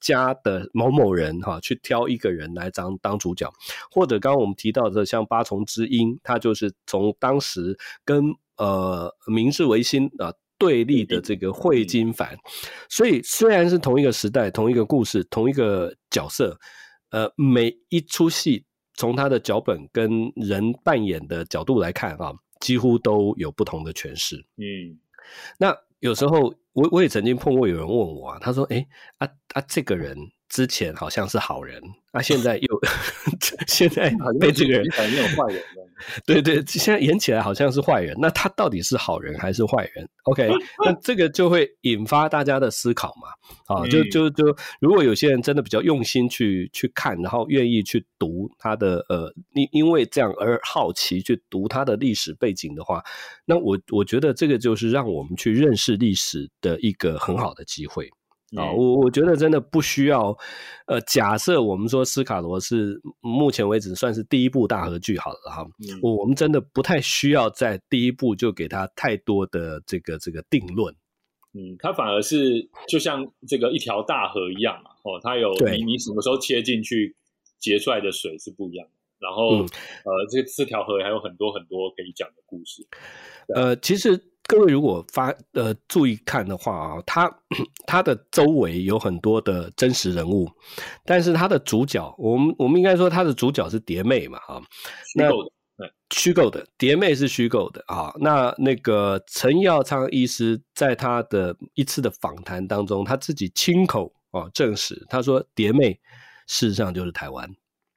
家的某某人去挑一个人来当主角，或者刚刚我们提到的像八重之音，他就是从当时跟明治维新对立的这个汇金藩，所以虽然是同一个时代、同一个故事、同一个角色，每一出戏从他的脚本跟人扮演的角度来看几乎都有不同的诠释。那有时候我也曾经碰过有人问我他说这个人之前好像是好人现在又现在被这个人没有坏人对，现在演起来好像是坏人，那他到底是好人还是坏人 ？OK， 那这个就会引发大家的思考嘛。就如果有些人真的比较用心去看，然后愿意去读他的因为这样而好奇去读他的历史背景的话，那我觉得这个就是让我们去认识历史的一个很好的机会。我觉得真的不需要假设我们说斯卡罗是目前为止算是第一部大河剧好了我们真的不太需要在第一部就给他太多的这个定论。 它反而是就像这个一条大河一样嘛它有你什么时候切进去结出来的水是不一样的，然后这条河还有很多很多可以讲的故事。 其实各位如果注意看的话他的周围有很多的真实人物，但是他的主角我们应该说他的主角是蝶妹嘛虚构的蝶妹是虚构的那个陈耀昌医师在他的一次的访谈当中，他自己亲口证实，他说蝶妹事实上就是台湾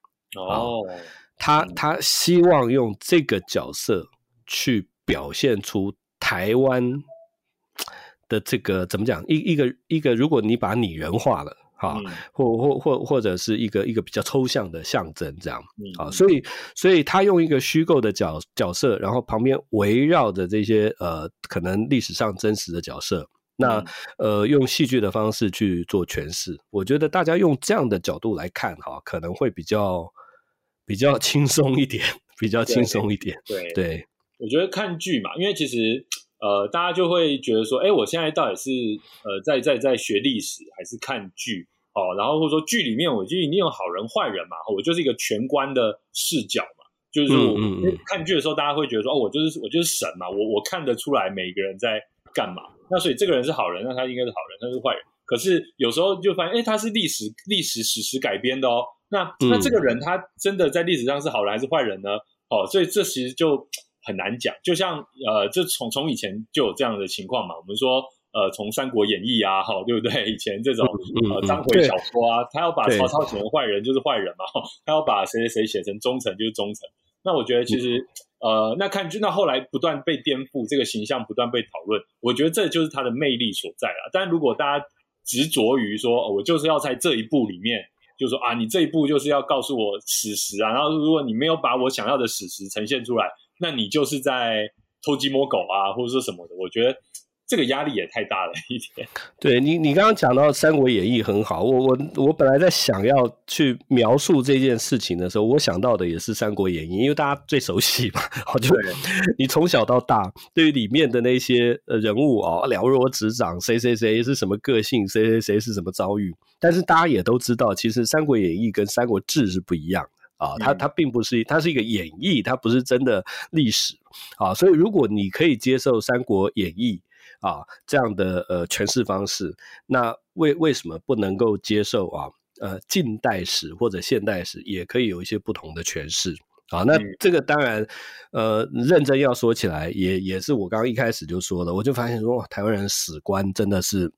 他希望用这个角色去表现出台湾的这个怎么讲一个如果你把拟人化了或者是一个比较抽象的象征这样所以他用一个虚构的角色，然后旁边围绕着这些可能历史上真实的角色，那用戏剧的方式去做诠释，我觉得大家用这样的角度来看可能会比较轻松一点，比较轻松一点。对， 我觉得看剧嘛，因为其实大家就会觉得说我现在到底是在学历史还是看剧然后或者说剧里面我就一定有好人坏人嘛我就是一个全观的视角嘛，就是说看剧的时候大家会觉得说我就是神嘛，我看得出来每个人在干嘛，那所以这个人是好人，那他应该是好人，他是坏人。可是有时候就发现他是历史史实改编的那这个人他真的在历史上是好人还是坏人呢所以这其实就很难讲，就像就从以前就有这样的情况嘛，我们说从三国演义对不对，以前这种章回小说他要把曹操写成坏人就是坏人嘛他要把谁写成忠臣就是忠臣。那我觉得其实那看剧那后来不断被颠覆，这个形象不断被讨论，我觉得这就是它的魅力所在啦。但如果大家执着于说我就是要在这一部里面就说你这一部就是要告诉我史实然后如果你没有把我想要的史实呈现出来，那你就是在偷鸡摸狗或者说什么的，我觉得这个压力也太大了一点。 对，你刚刚讲到《三国演义》很好，我本来在想要去描述这件事情的时候，我想到的也是《三国演义》，因为大家最熟悉嘛，就你从小到大对于里面的那些人物了若指掌，谁谁谁是什么个性，谁谁谁是什么遭遇，但是大家也都知道，其实《三国演义》跟《三国志》是不一样的。它并不是，它是一个演绎，它不是真的历史所以如果你可以接受《三国演义》这样的诠释方式，那为什么不能够接受近代史或者现代史也可以有一些不同的诠释那这个当然认真要说起来也是我刚刚一开始就说的，我就发现说台湾人史观真的是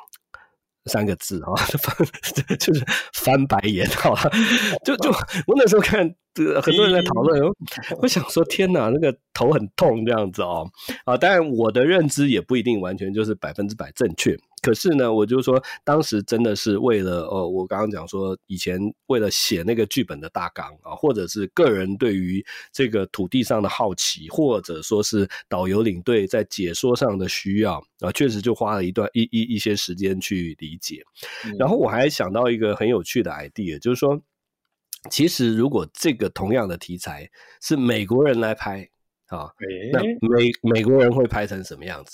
3个字就是翻白眼就我那时候看很多人在讨论我想说天哪，那个头很痛这样子当然我的认知也不一定完全就是100%正确，可是呢我就说当时真的是为了我刚刚讲说以前为了写那个剧本的大纲或者是个人对于这个土地上的好奇，或者说是导游领队在解说上的需要确实就花了一些时间去理解然后我还想到一个很有趣的 idea， 就是说其实如果这个同样的题材是美国人来拍那美国人会拍成什么样子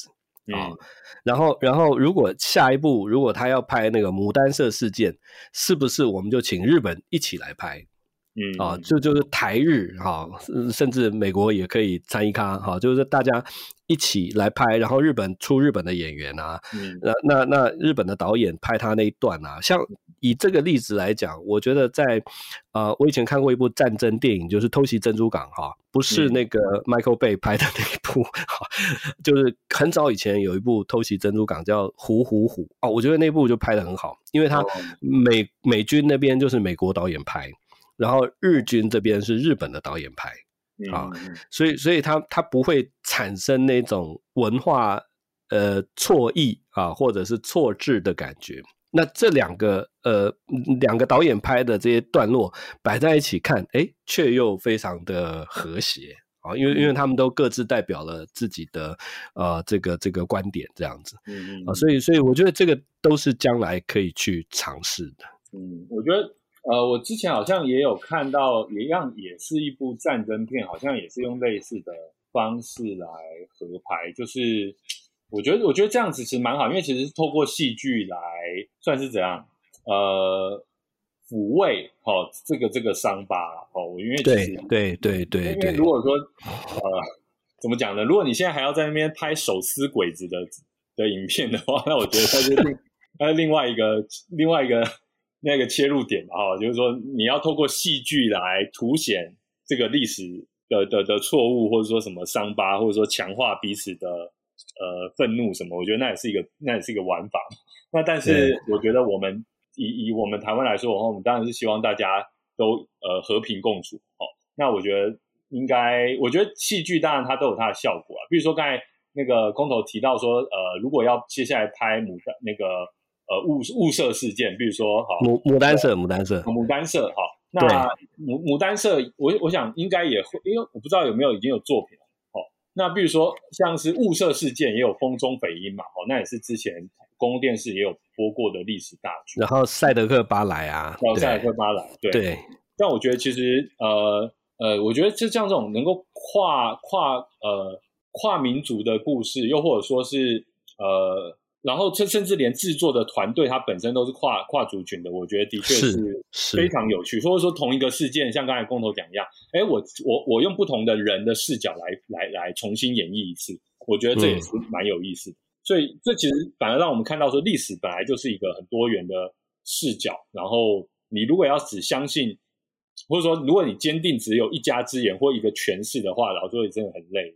然后如果下一步如果他要拍那个牡丹社事件，是不是我们就请日本一起来拍？就是台日甚至美国也可以参一咖就是大家一起来拍，然后日本出日本的演员啊，那日本的导演拍他那一段啊，像以这个例子来讲，我觉得在我以前看过一部战争电影，就是偷袭珍珠港不是那个 Michael Bay 拍的那一部就是很早以前有一部偷袭珍珠港叫虎我觉得那部就拍得很好，因为他美军那边就是美国导演拍，然后日军这边是日本的导演拍所以他不会产生那种文化错译或者是错置的感觉。那这两个导演拍的这些段落摆在一起看，却又非常的和谐因为他们都各自代表了自己的这个观点这样子所以我觉得这个都是将来可以去尝试的。 我觉得我之前好像也有看到也是一部战争片，好像也是用类似的方式来合拍，就是我觉得这样子其实蛮好，因为其实是透过戏剧来算是怎样抚慰这个伤疤因为其实对， 因为如果说怎么讲呢？如果你现在还要在那边拍手撕鬼子的影片的话，那我觉得它是另外一个那个切入点就是说你要透过戏剧来凸显这个历史的错误，或者说什么伤疤，或者说强化彼此的愤怒什么，我觉得那也是一个玩法。那但是我觉得我们以我们台湾来说的话，我们当然是希望大家都和平共处那我觉得我觉得戏剧当然它都有它的效果比如说刚才那个公投提到说如果要接下来拍那个雾社事件，比如说牡丹社那牡丹社我想应该也会，因为我不知道已经有作品了那比如说像是雾社事件也有风中匪鹰嘛那也是之前公共电视也有播过的历史大剧， 然后赛德克巴莱赛德克巴莱对。但我觉得其实我觉得就像这种能够跨民族的故事，又或者说是然后甚至连制作的团队它本身都是跨族群的，我觉得的确是非常有趣。或者说同一个事件，像刚才公投讲一样，我用不同的人的视角来重新演绎一次，我觉得这也是蛮有意思的。所以这其实反而让我们看到说，历史本来就是一个很多元的视角。然后你如果要只相信，或者说如果你坚定只有一家之言或一个诠释的话，老实说也真的很累。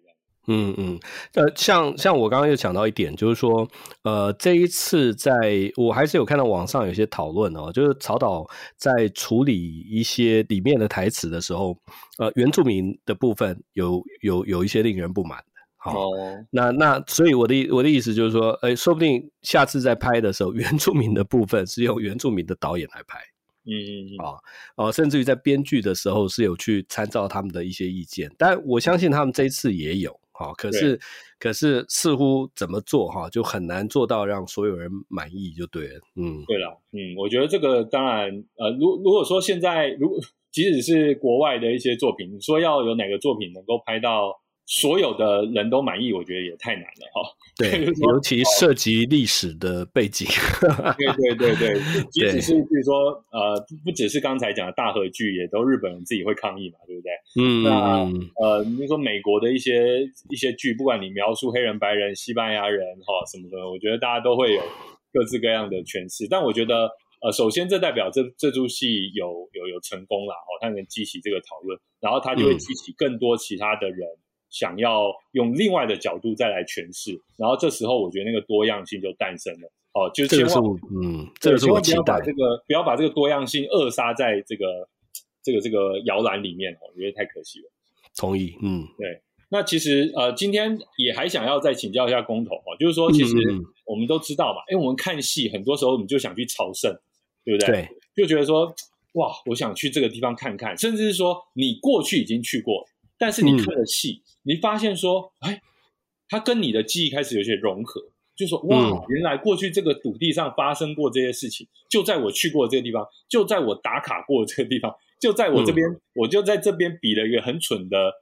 像我刚刚又讲到一点，就是说这一次我还是有看到网上有些讨论就是曹导在处理一些里面的台词的时候原住民的部分有一些令人不满的那所以我的意思就是说说不定下次在拍的时候原住民的部分是用原住民的导演来拍甚至于在编剧的时候是有去参照他们的一些意见，但我相信他们这一次也有可是似乎怎么做就很难做到让所有人满意就对了。 对啦我觉得这个当然如果说现在即使是国外的一些作品，你说要有哪个作品能够拍到所有的人都满意，我觉得也太难了对，尤其涉及历史的背景对即使是比如说不只是刚才讲的大和剧，也都日本人自己会抗议嘛，对不对？那你说美国的一些剧，不管你描述黑人白人西班牙人什么的，我觉得大家都会有各式各样的诠释。但我觉得首先这代表这出戏有成功啦它能激起这个讨论，然后它就会激起更多其他的人想要用另外的角度再来诠释，然后这时候我觉得那个多样性就诞生了就千万这个是我期待不要把这个多样性扼杀在这个摇篮里面我觉得太可惜了。 同意对。那其实今天也还想要再请教一下公投就是说其实我们都知道嘛我们看戏很多时候我们就想去朝圣，对不对？ 对， 就觉得说哇我想去这个地方看看，甚至是说你过去已经去过，但是你看了戏你发现说它跟你的记忆开始有些融合，就说哇原来过去这个土地上发生过这些事情，就在我去过这个地方，就在我打卡过这个地方，就在我这边我就在这边比了一个很蠢的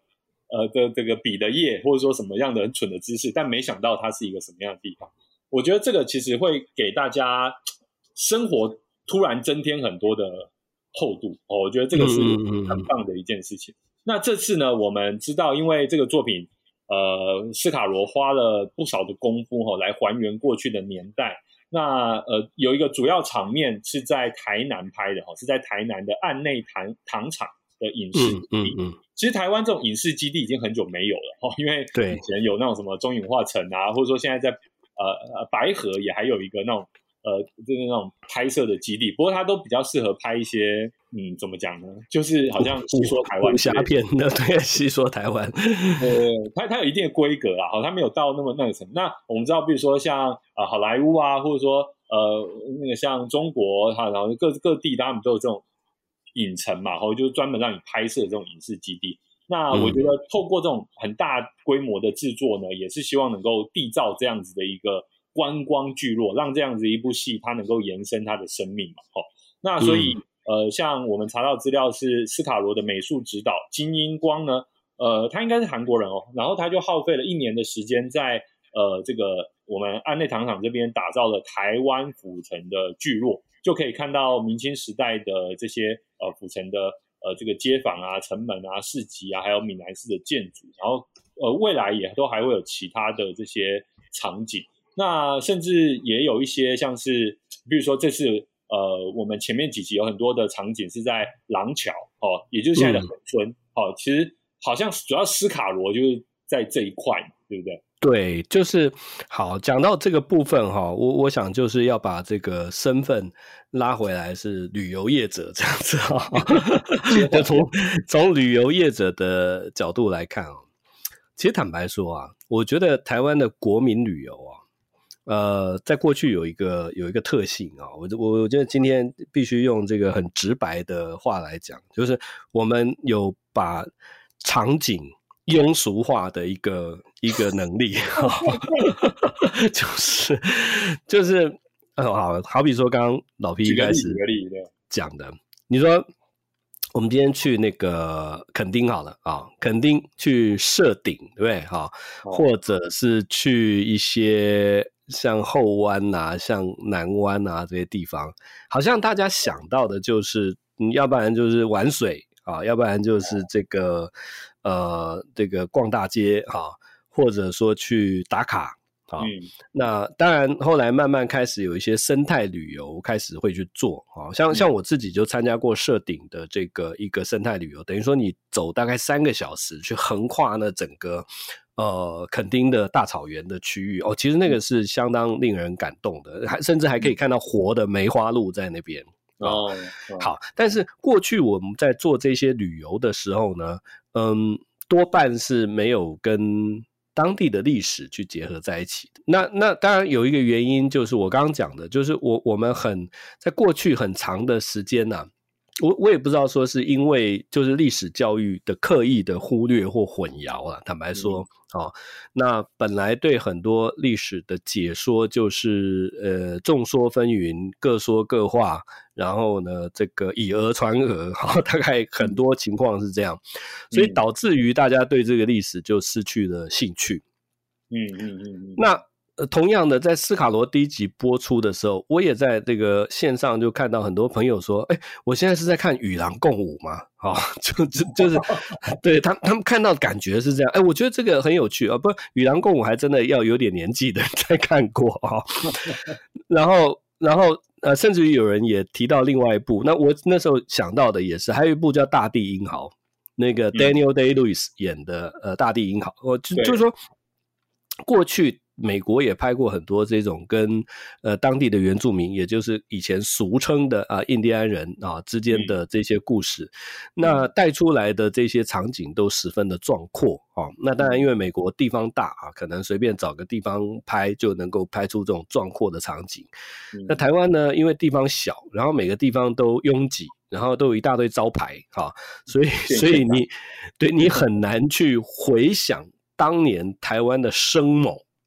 这个比的耶，或者说什么样的很蠢的姿势，但没想到它是一个什么样的地方。我觉得这个其实会给大家生活突然增添很多的厚度我觉得这个是很棒的一件事情。那这次呢，我们知道因为这个作品斯卡罗花了不少的功夫来还原过去的年代。那有一个主要场面是在台南拍的是在台南的岸内糖厂的影视基地。其实台湾这种影视基地已经很久没有了因为以前有那种什么中影画城啊，或者说现在在白河也还有一个那种就是那种拍摄的基地，不过它都比较适合拍一些怎么讲呢，就是好像戏说台湾武侠片的，对，戏说台湾它有一定的规格啦，它没有到那个程度。那我们知道比如说像好莱坞啊，或者说那个像中国然后各地他们都有这种影城嘛，就是专门让你拍摄这种影视基地。那我觉得透过这种很大规模的制作呢，也是希望能够缔造这样子的一个观光聚落，让这样子一部戏它能够延伸它的生命嘛。那所以像我们查到资料是斯卡罗的美术指导金英光呢，他应该是韩国人然后他就耗费了1年的时间在这个我们岸内糖厂这边打造了台湾府城的聚落，就可以看到明清时代的这些府城的这个街坊啊、城门啊、市集啊，还有闽南式的建筑，然后未来也都还会有其他的这些场景。那甚至也有一些像是比如说这次我们前面几集有很多的场景是在廊桥也就是现在的恒春其实好像主要斯卡罗就是在这一块，对不对？ 对，就是好讲到这个部分我想就是要把这个身份拉回来，是旅游业者这样子就从旅游业者的角度来看其实坦白说我觉得台湾的国民旅游在过去有一个特性我觉得今天必须用这个很直白的话来讲，就是我们有把场景庸俗化的一个能力就是好比说刚刚老 P 一开始讲的，你说我们今天去那个垦丁好了垦丁去社顶对不对或者是去一些像后湾啊、像南湾啊这些地方，好像大家想到的就是要不然就是玩水要不然就是这个逛大街或者说去打卡那当然后来慢慢开始有一些生态旅游开始会去做像我自己就参加过社顶的这个一个生态旅游，等于说你走大概3个小时去横跨那整个垦丁的大草原的区域其实那个是相当令人感动的，甚至还可以看到活的梅花鹿在那边好，但是过去我们在做这些旅游的时候呢多半是没有跟当地的历史去结合在一起的。那当然有一个原因就是我刚刚讲的，就是我们在过去很长的时间我也不知道说是因为就是历史教育的刻意的忽略或混淆坦白说那本来对很多历史的解说就是众说纷纭，各说各话，然后呢这个以讹传讹大概很多情况是这样所以导致于大家对这个历史就失去了兴趣那同样的在斯卡罗第一集播出的时候，我也在这个线上就看到很多朋友说我现在是在看与狼共舞吗就是对他们看到感觉是这样我觉得这个很有趣不与狼共舞还真的要有点年纪的人才看过然后甚至于有人也提到另外一部，那我那时候想到的也是还有一部叫大地英豪，那个 Daniel Day-Lewis 演的大地英豪就是说过去美国也拍过很多这种跟当地的原住民，也就是以前俗称的印第安人之间的这些故事那带出来的这些场景都十分的壮阔那当然因为美国地方大可能随便找个地方拍就能够拍出这种壮阔的场景那台湾呢因为地方小，然后每个地方都拥挤，然后都有一大堆招牌所以你很难去回想当年台湾的生猛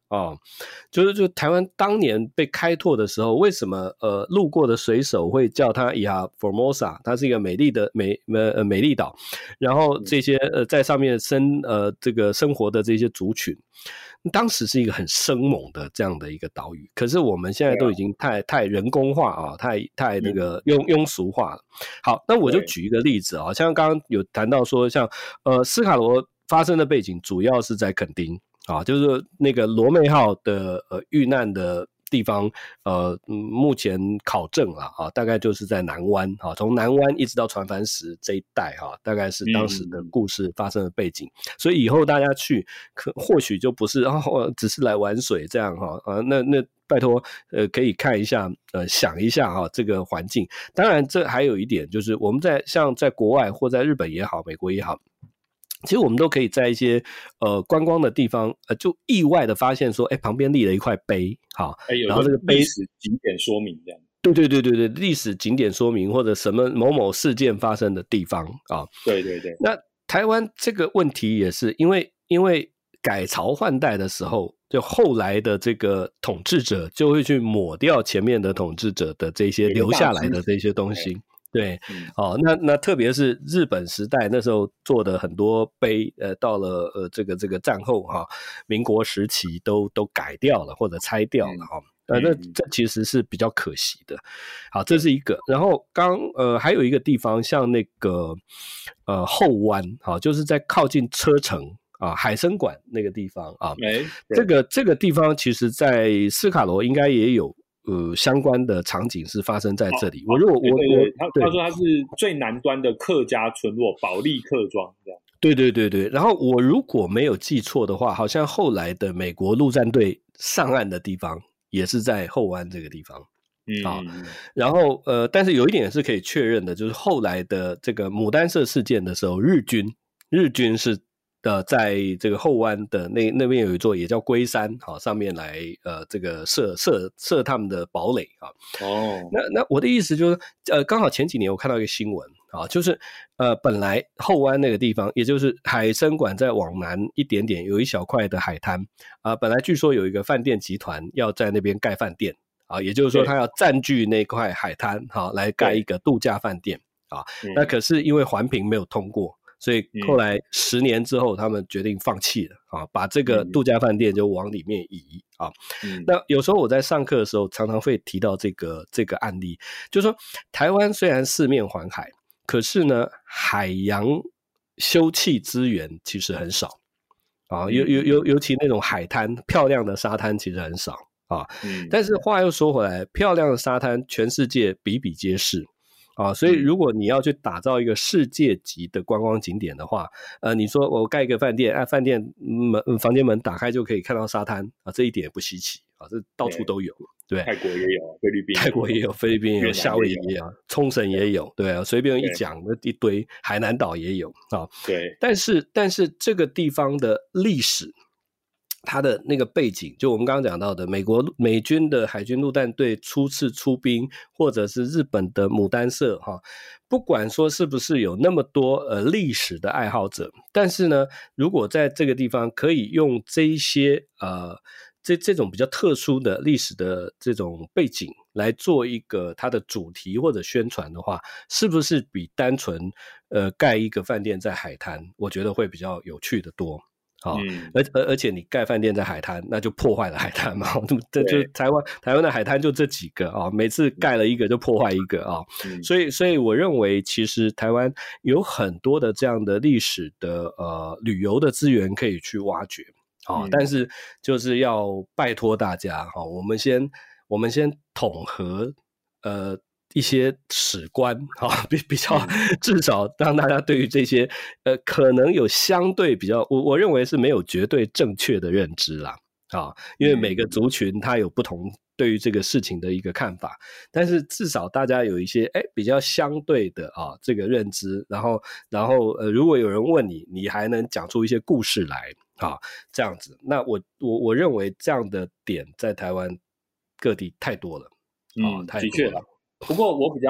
就台湾当年被开拓的时候，为什么路过的水手会叫它Ilha Formosa， 它是一个美丽的美丽岛，然后这些在上面这个生活的这些族群，当时是一个很生猛的这样的一个岛屿，可是我们现在都已经太人工化啊，太那个庸俗化了。好，那我就举一个例子啊，像刚刚有谈到说，像斯卡罗发生的背景主要是在垦丁啊，就是那个罗妹号的遇难的地方，目前考证了啊，大概就是在南湾啊，从南湾一直到船帆石这一带哈，大概是当时的故事发生的背景。所以以后大家去，或许就不是只是来玩水这样哈那拜托可以看一下想一下这个环境。当然这还有一点就是我们像在国外或在日本也好，美国也好。其实我们都可以在一些观光的地方就意外的发现说旁边立了一块碑然后这个碑历史景点说明这样。 对，历史景点说明或者什么某某事件发生的地方对。 那台湾这个问题也是因为改朝换代的时候，就后来的这个统治者就会去抹掉前面的统治者的这些留下来的这些东西。对，那特别是日本时代那时候做的很多碑，到了这个战后民国时期都改掉了或者拆掉了那这其实是比较可惜的。好，这是一个。然后还有一个地方，像那个后湾就是在靠近车城海参馆那个地方这个地方其实在斯卡罗应该也有相关的场景是发生在这里。 他说他是最南端的客家村落保利客庄这样。 对。然后我如果没有记错的话，好像后来的美国陆战队上岸的地方也是在后湾这个地方。然后但是有一点是可以确认的，就是后来的这个牡丹社事件的时候，日军是在这个后湾的那边有一座也叫龟山上面来这个设他们的堡垒那我的意思就是刚好前几年我看到一个新闻就是本来后湾那个地方，也就是海参馆再往南一点点有一小块的海滩本来据说有一个饭店集团要在那边盖饭店也就是说他要占据那块海滩来盖一个度假饭店那可是因为环评没有通过，所以后来10年之后他们决定放弃了把这个度假饭店就往里面移那有时候我在上课的时候常常会提到这个案例，就是说台湾虽然四面环海，可是呢海洋休憩资源其实很少尤其那种海滩漂亮的沙滩其实很少但是话又说回来，漂亮的沙滩全世界比比皆是所以如果你要去打造一个世界级的观光景点的话你说我盖一个饭店饭店房间门打开就可以看到沙滩这一点也不稀奇这到处都有对， 泰国也有菲律宾泰国也有菲律宾也有夏威夷也有冲绳也有对随便一讲一堆海南岛也有对， 但是这个地方的历史它的那个背景，就我们刚刚讲到的美军的海军陆战队初次出兵，或者是日本的牡丹社不管说是不是有那么多历史的爱好者，但是呢如果在这个地方可以用这一些这种比较特殊的历史的这种背景来做一个它的主题或者宣传的话，是不是比单纯盖一个饭店在海滩，我觉得会比较有趣的多而且你盖饭店在海滩，那就破坏了海滩嘛。这就台湾的海滩就这几个每次盖了一个就破坏一个所以我认为其实台湾有很多的这样的历史的旅游的资源可以去挖掘但是就是要拜托大家我们先统合一些史观比较至少让大家对于这些可能有相对比较我认为是没有绝对正确的认知啦因为每个族群它有不同对于这个事情的一个看法，但是至少大家有一些比较相对的这个认知，然后如果有人问你还能讲出一些故事来这样子，那我认为这样的点在台湾各地太多了的确啦。不过我比较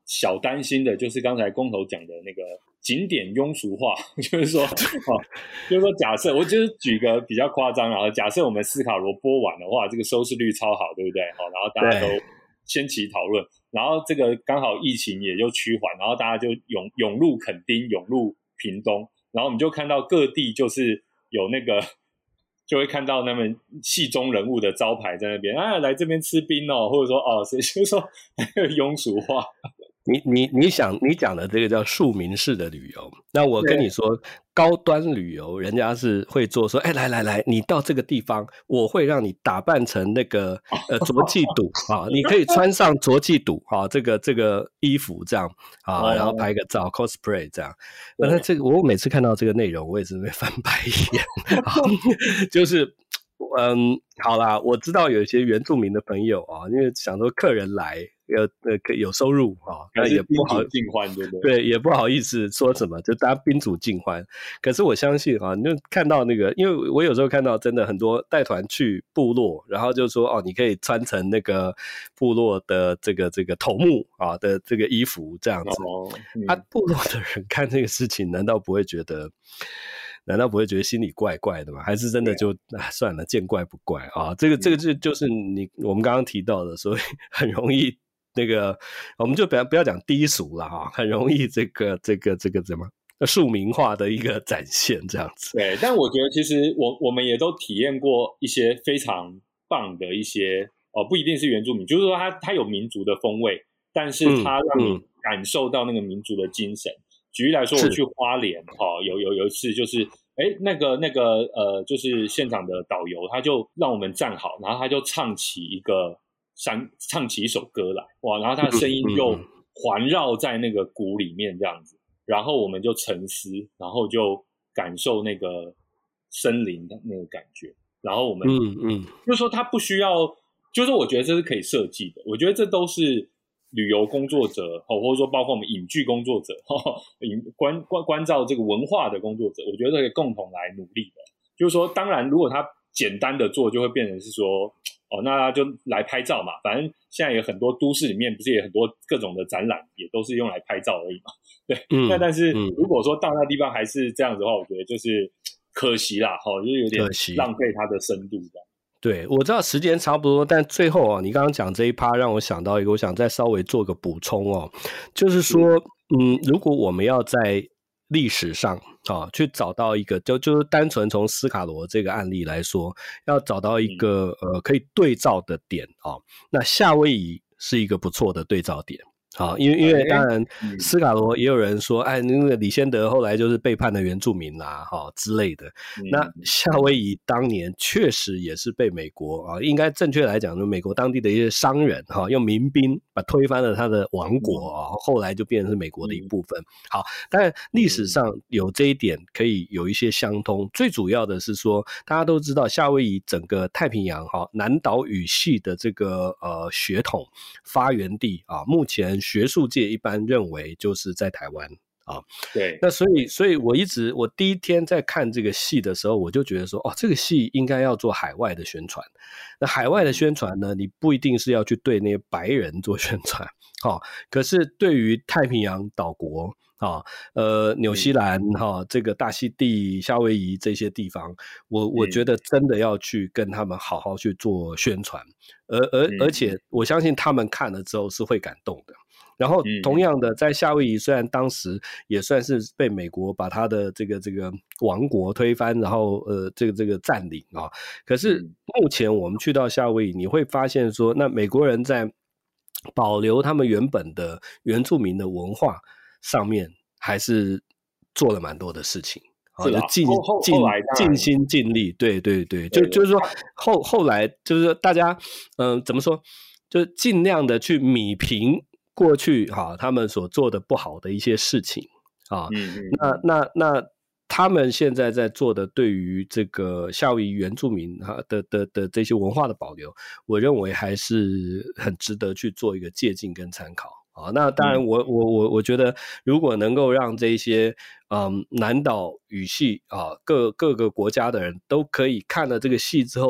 小担心的就是刚才工头讲的那个景点庸俗化，就是说就是说假设我就是举个比较夸张啊，假设我们斯卡罗播完的话，这个收视率超好，对不对？然后大家都掀起讨论，然后这个刚好疫情也就趋缓，然后大家就涌入垦丁，涌入屏东，然后我们就看到各地就是有那个就会看到他们戏中人物的招牌在那边啊，来这边吃冰哦，或者说谁就是说庸俗化。 你讲的这个叫庶民式的旅游，那我跟你说，高端旅游人家是会做说，来，你到这个地方，我会让你打扮成那个着季赌啊，你可以穿上着季赌啊，这个衣服这样啊，然后拍个照 cosplay 这样。那这个我每次看到这个内容，我也是会翻白眼，就是好啦，我知道有一些原住民的朋友啊，因为想说客人来有收入啊，那也不好尽欢，对不对？ 对，也不好意思说什么，就大家宾主尽欢。可是我相信啊，你就看到那个，因为我有时候看到真的很多带团去部落，然后就说你可以穿成那个部落的这个头目啊的这个衣服这样子。部落的人看这个事情，难道不会觉得心里怪怪的吗？还是真的就算了，见怪不怪啊？这个就是我们刚刚提到的，所以很容易那个，我们就不要讲低俗了哈，很容易这个怎么庶民化的一个展现这样子。 对，但我觉得其实我们也都体验过一些非常棒的一些不一定是原住民，就是说它有民族的风味，但是它让你感受到那个民族的精神。举例来说，我去花莲有一次就是那个就是现场的导游他就让我们站好，然后他就唱起一首歌来，哇，然后他的声音就环绕在那个鼓里面这样子，然后我们就沉思，然后就感受那个森林的那个感觉，然后我们就是说他不需要，就是我觉得这是可以设计的，我觉得这都是旅游工作者或者说包括我们影剧工作者关照这个文化的工作者，我觉得可以共同来努力的。就是说当然如果他简单的做就会变成是说那他就来拍照嘛，反正现在有很多都市里面不是也很多各种的展览也都是用来拍照而已嘛，对，那但是如果说到那地方还是这样子的话，我觉得就是可惜啦，就是有点浪费它的深度这样。 对，我知道时间差不多，但最后你刚刚讲这一趴让我想到一个，我想再稍微做个补充就是说如果我们要在历史上去找到一个就是单纯从斯卡罗这个案例来说，要找到一个可以对照的点那夏威夷是一个不错的对照点。因为当然斯卡罗也有人说那个李仙得后来就是背叛了原住民啦之类的，那夏威夷当年确实也是被美国应该正确来讲美国当地的一些商人用民兵把推翻了他的王国后来就变成是美国的一部分。好，当然历史上有这一点可以有一些相通，最主要的是说大家都知道夏威夷整个太平洋南岛语系的这个血统发源地目前学术界一般认为就是在台湾对， 那所以我第一天在看这个戏的时候，我就觉得说这个戏应该要做海外的宣传。那海外的宣传呢，你不一定是要去对那些白人做宣传可是对于太平洋岛国纽西兰这个大溪地、夏威夷这些地方，我觉得真的要去跟他们好好去做宣传，而且我相信他们看了之后是会感动的。然后同样的在夏威夷，虽然当时也算是被美国把他的这个王国推翻，然后这个占领可是目前我们去到夏威夷，你会发现说那美国人在保留他们原本的原住民的文化上面还是做了蛮多的事情就尽心尽力，对，就是说后来就是说大家怎么说，就尽量的去弭平过去他们所做的不好的一些事情那他们现在在做的对于这个夏威夷原住民的这些文化的保留，我认为还是很值得去做一个借鉴跟参考那当然我觉得如果能够让这些南岛语系各个国家的人都可以看了这个戏之后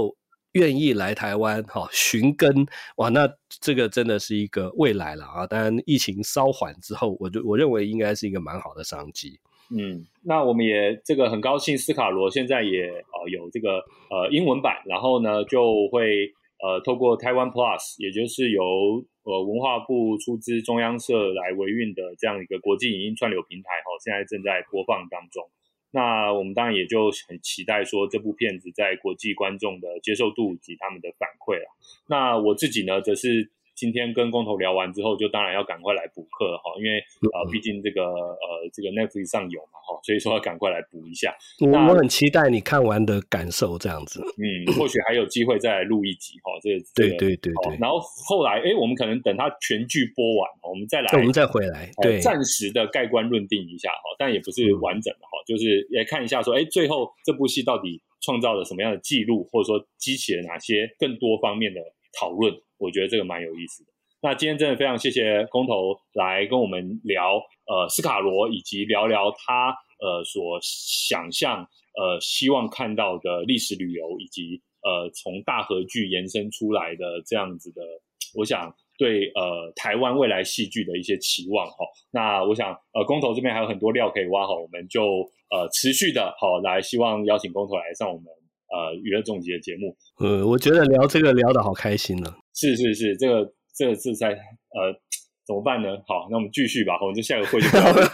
愿意来台湾寻根，哇，那这个真的是一个未来了啊！当然疫情稍缓之后，我认为应该是一个蛮好的商机。 那我们也这个很高兴，斯卡罗现在也有这个英文版，然后呢就会透过台湾 Plus， 也就是由文化部出资中央社来维运的这样一个国际影音串流平台现在正在播放当中。那我们当然也就很期待说这部片子在国际观众的接受度及他们的反馈啦。那我自己呢则是今天跟公投聊完之后，就当然要赶快来补课因为毕竟这个 Netflix 上有嘛所以说要赶快来补一下。 我很期待你看完的感受这样子。 或许还有机会再来录一集对。 然后后来我们可能等它全剧播完我们再回来对暂时的盖棺论定一下但也不是完整的就是也看一下说最后这部戏到底创造了什么样的记录，或者说激起了哪些更多方面的讨论，我觉得这个蛮有意思的。那今天真的非常谢谢公投来跟我们聊斯卡罗，以及聊聊他所想象希望看到的历史旅游，以及从大河剧延伸出来的这样子的，我想对台湾未来戏剧的一些期望那我想公投这边还有很多料可以挖我们就持续的来希望邀请公投来上我们娱乐重击的节目。 我觉得聊这个聊得好开心呢。 是这个是在怎么办呢？好，那我们继续吧，我们就下个会就不要了。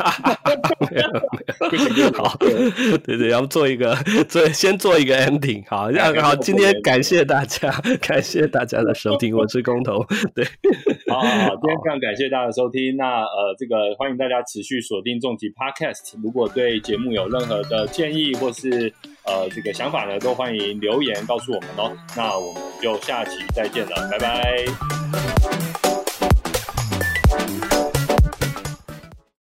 好，对，要先做一个 ending。好，今天感谢大家的收听，我是公投。对， 好，今天非常感谢大家的收听。那这个欢迎大家持续锁定重击 Podcast。如果对节目有任何的建议或是这个想法呢，都欢迎留言告诉我们那我们就下期再见了，拜拜。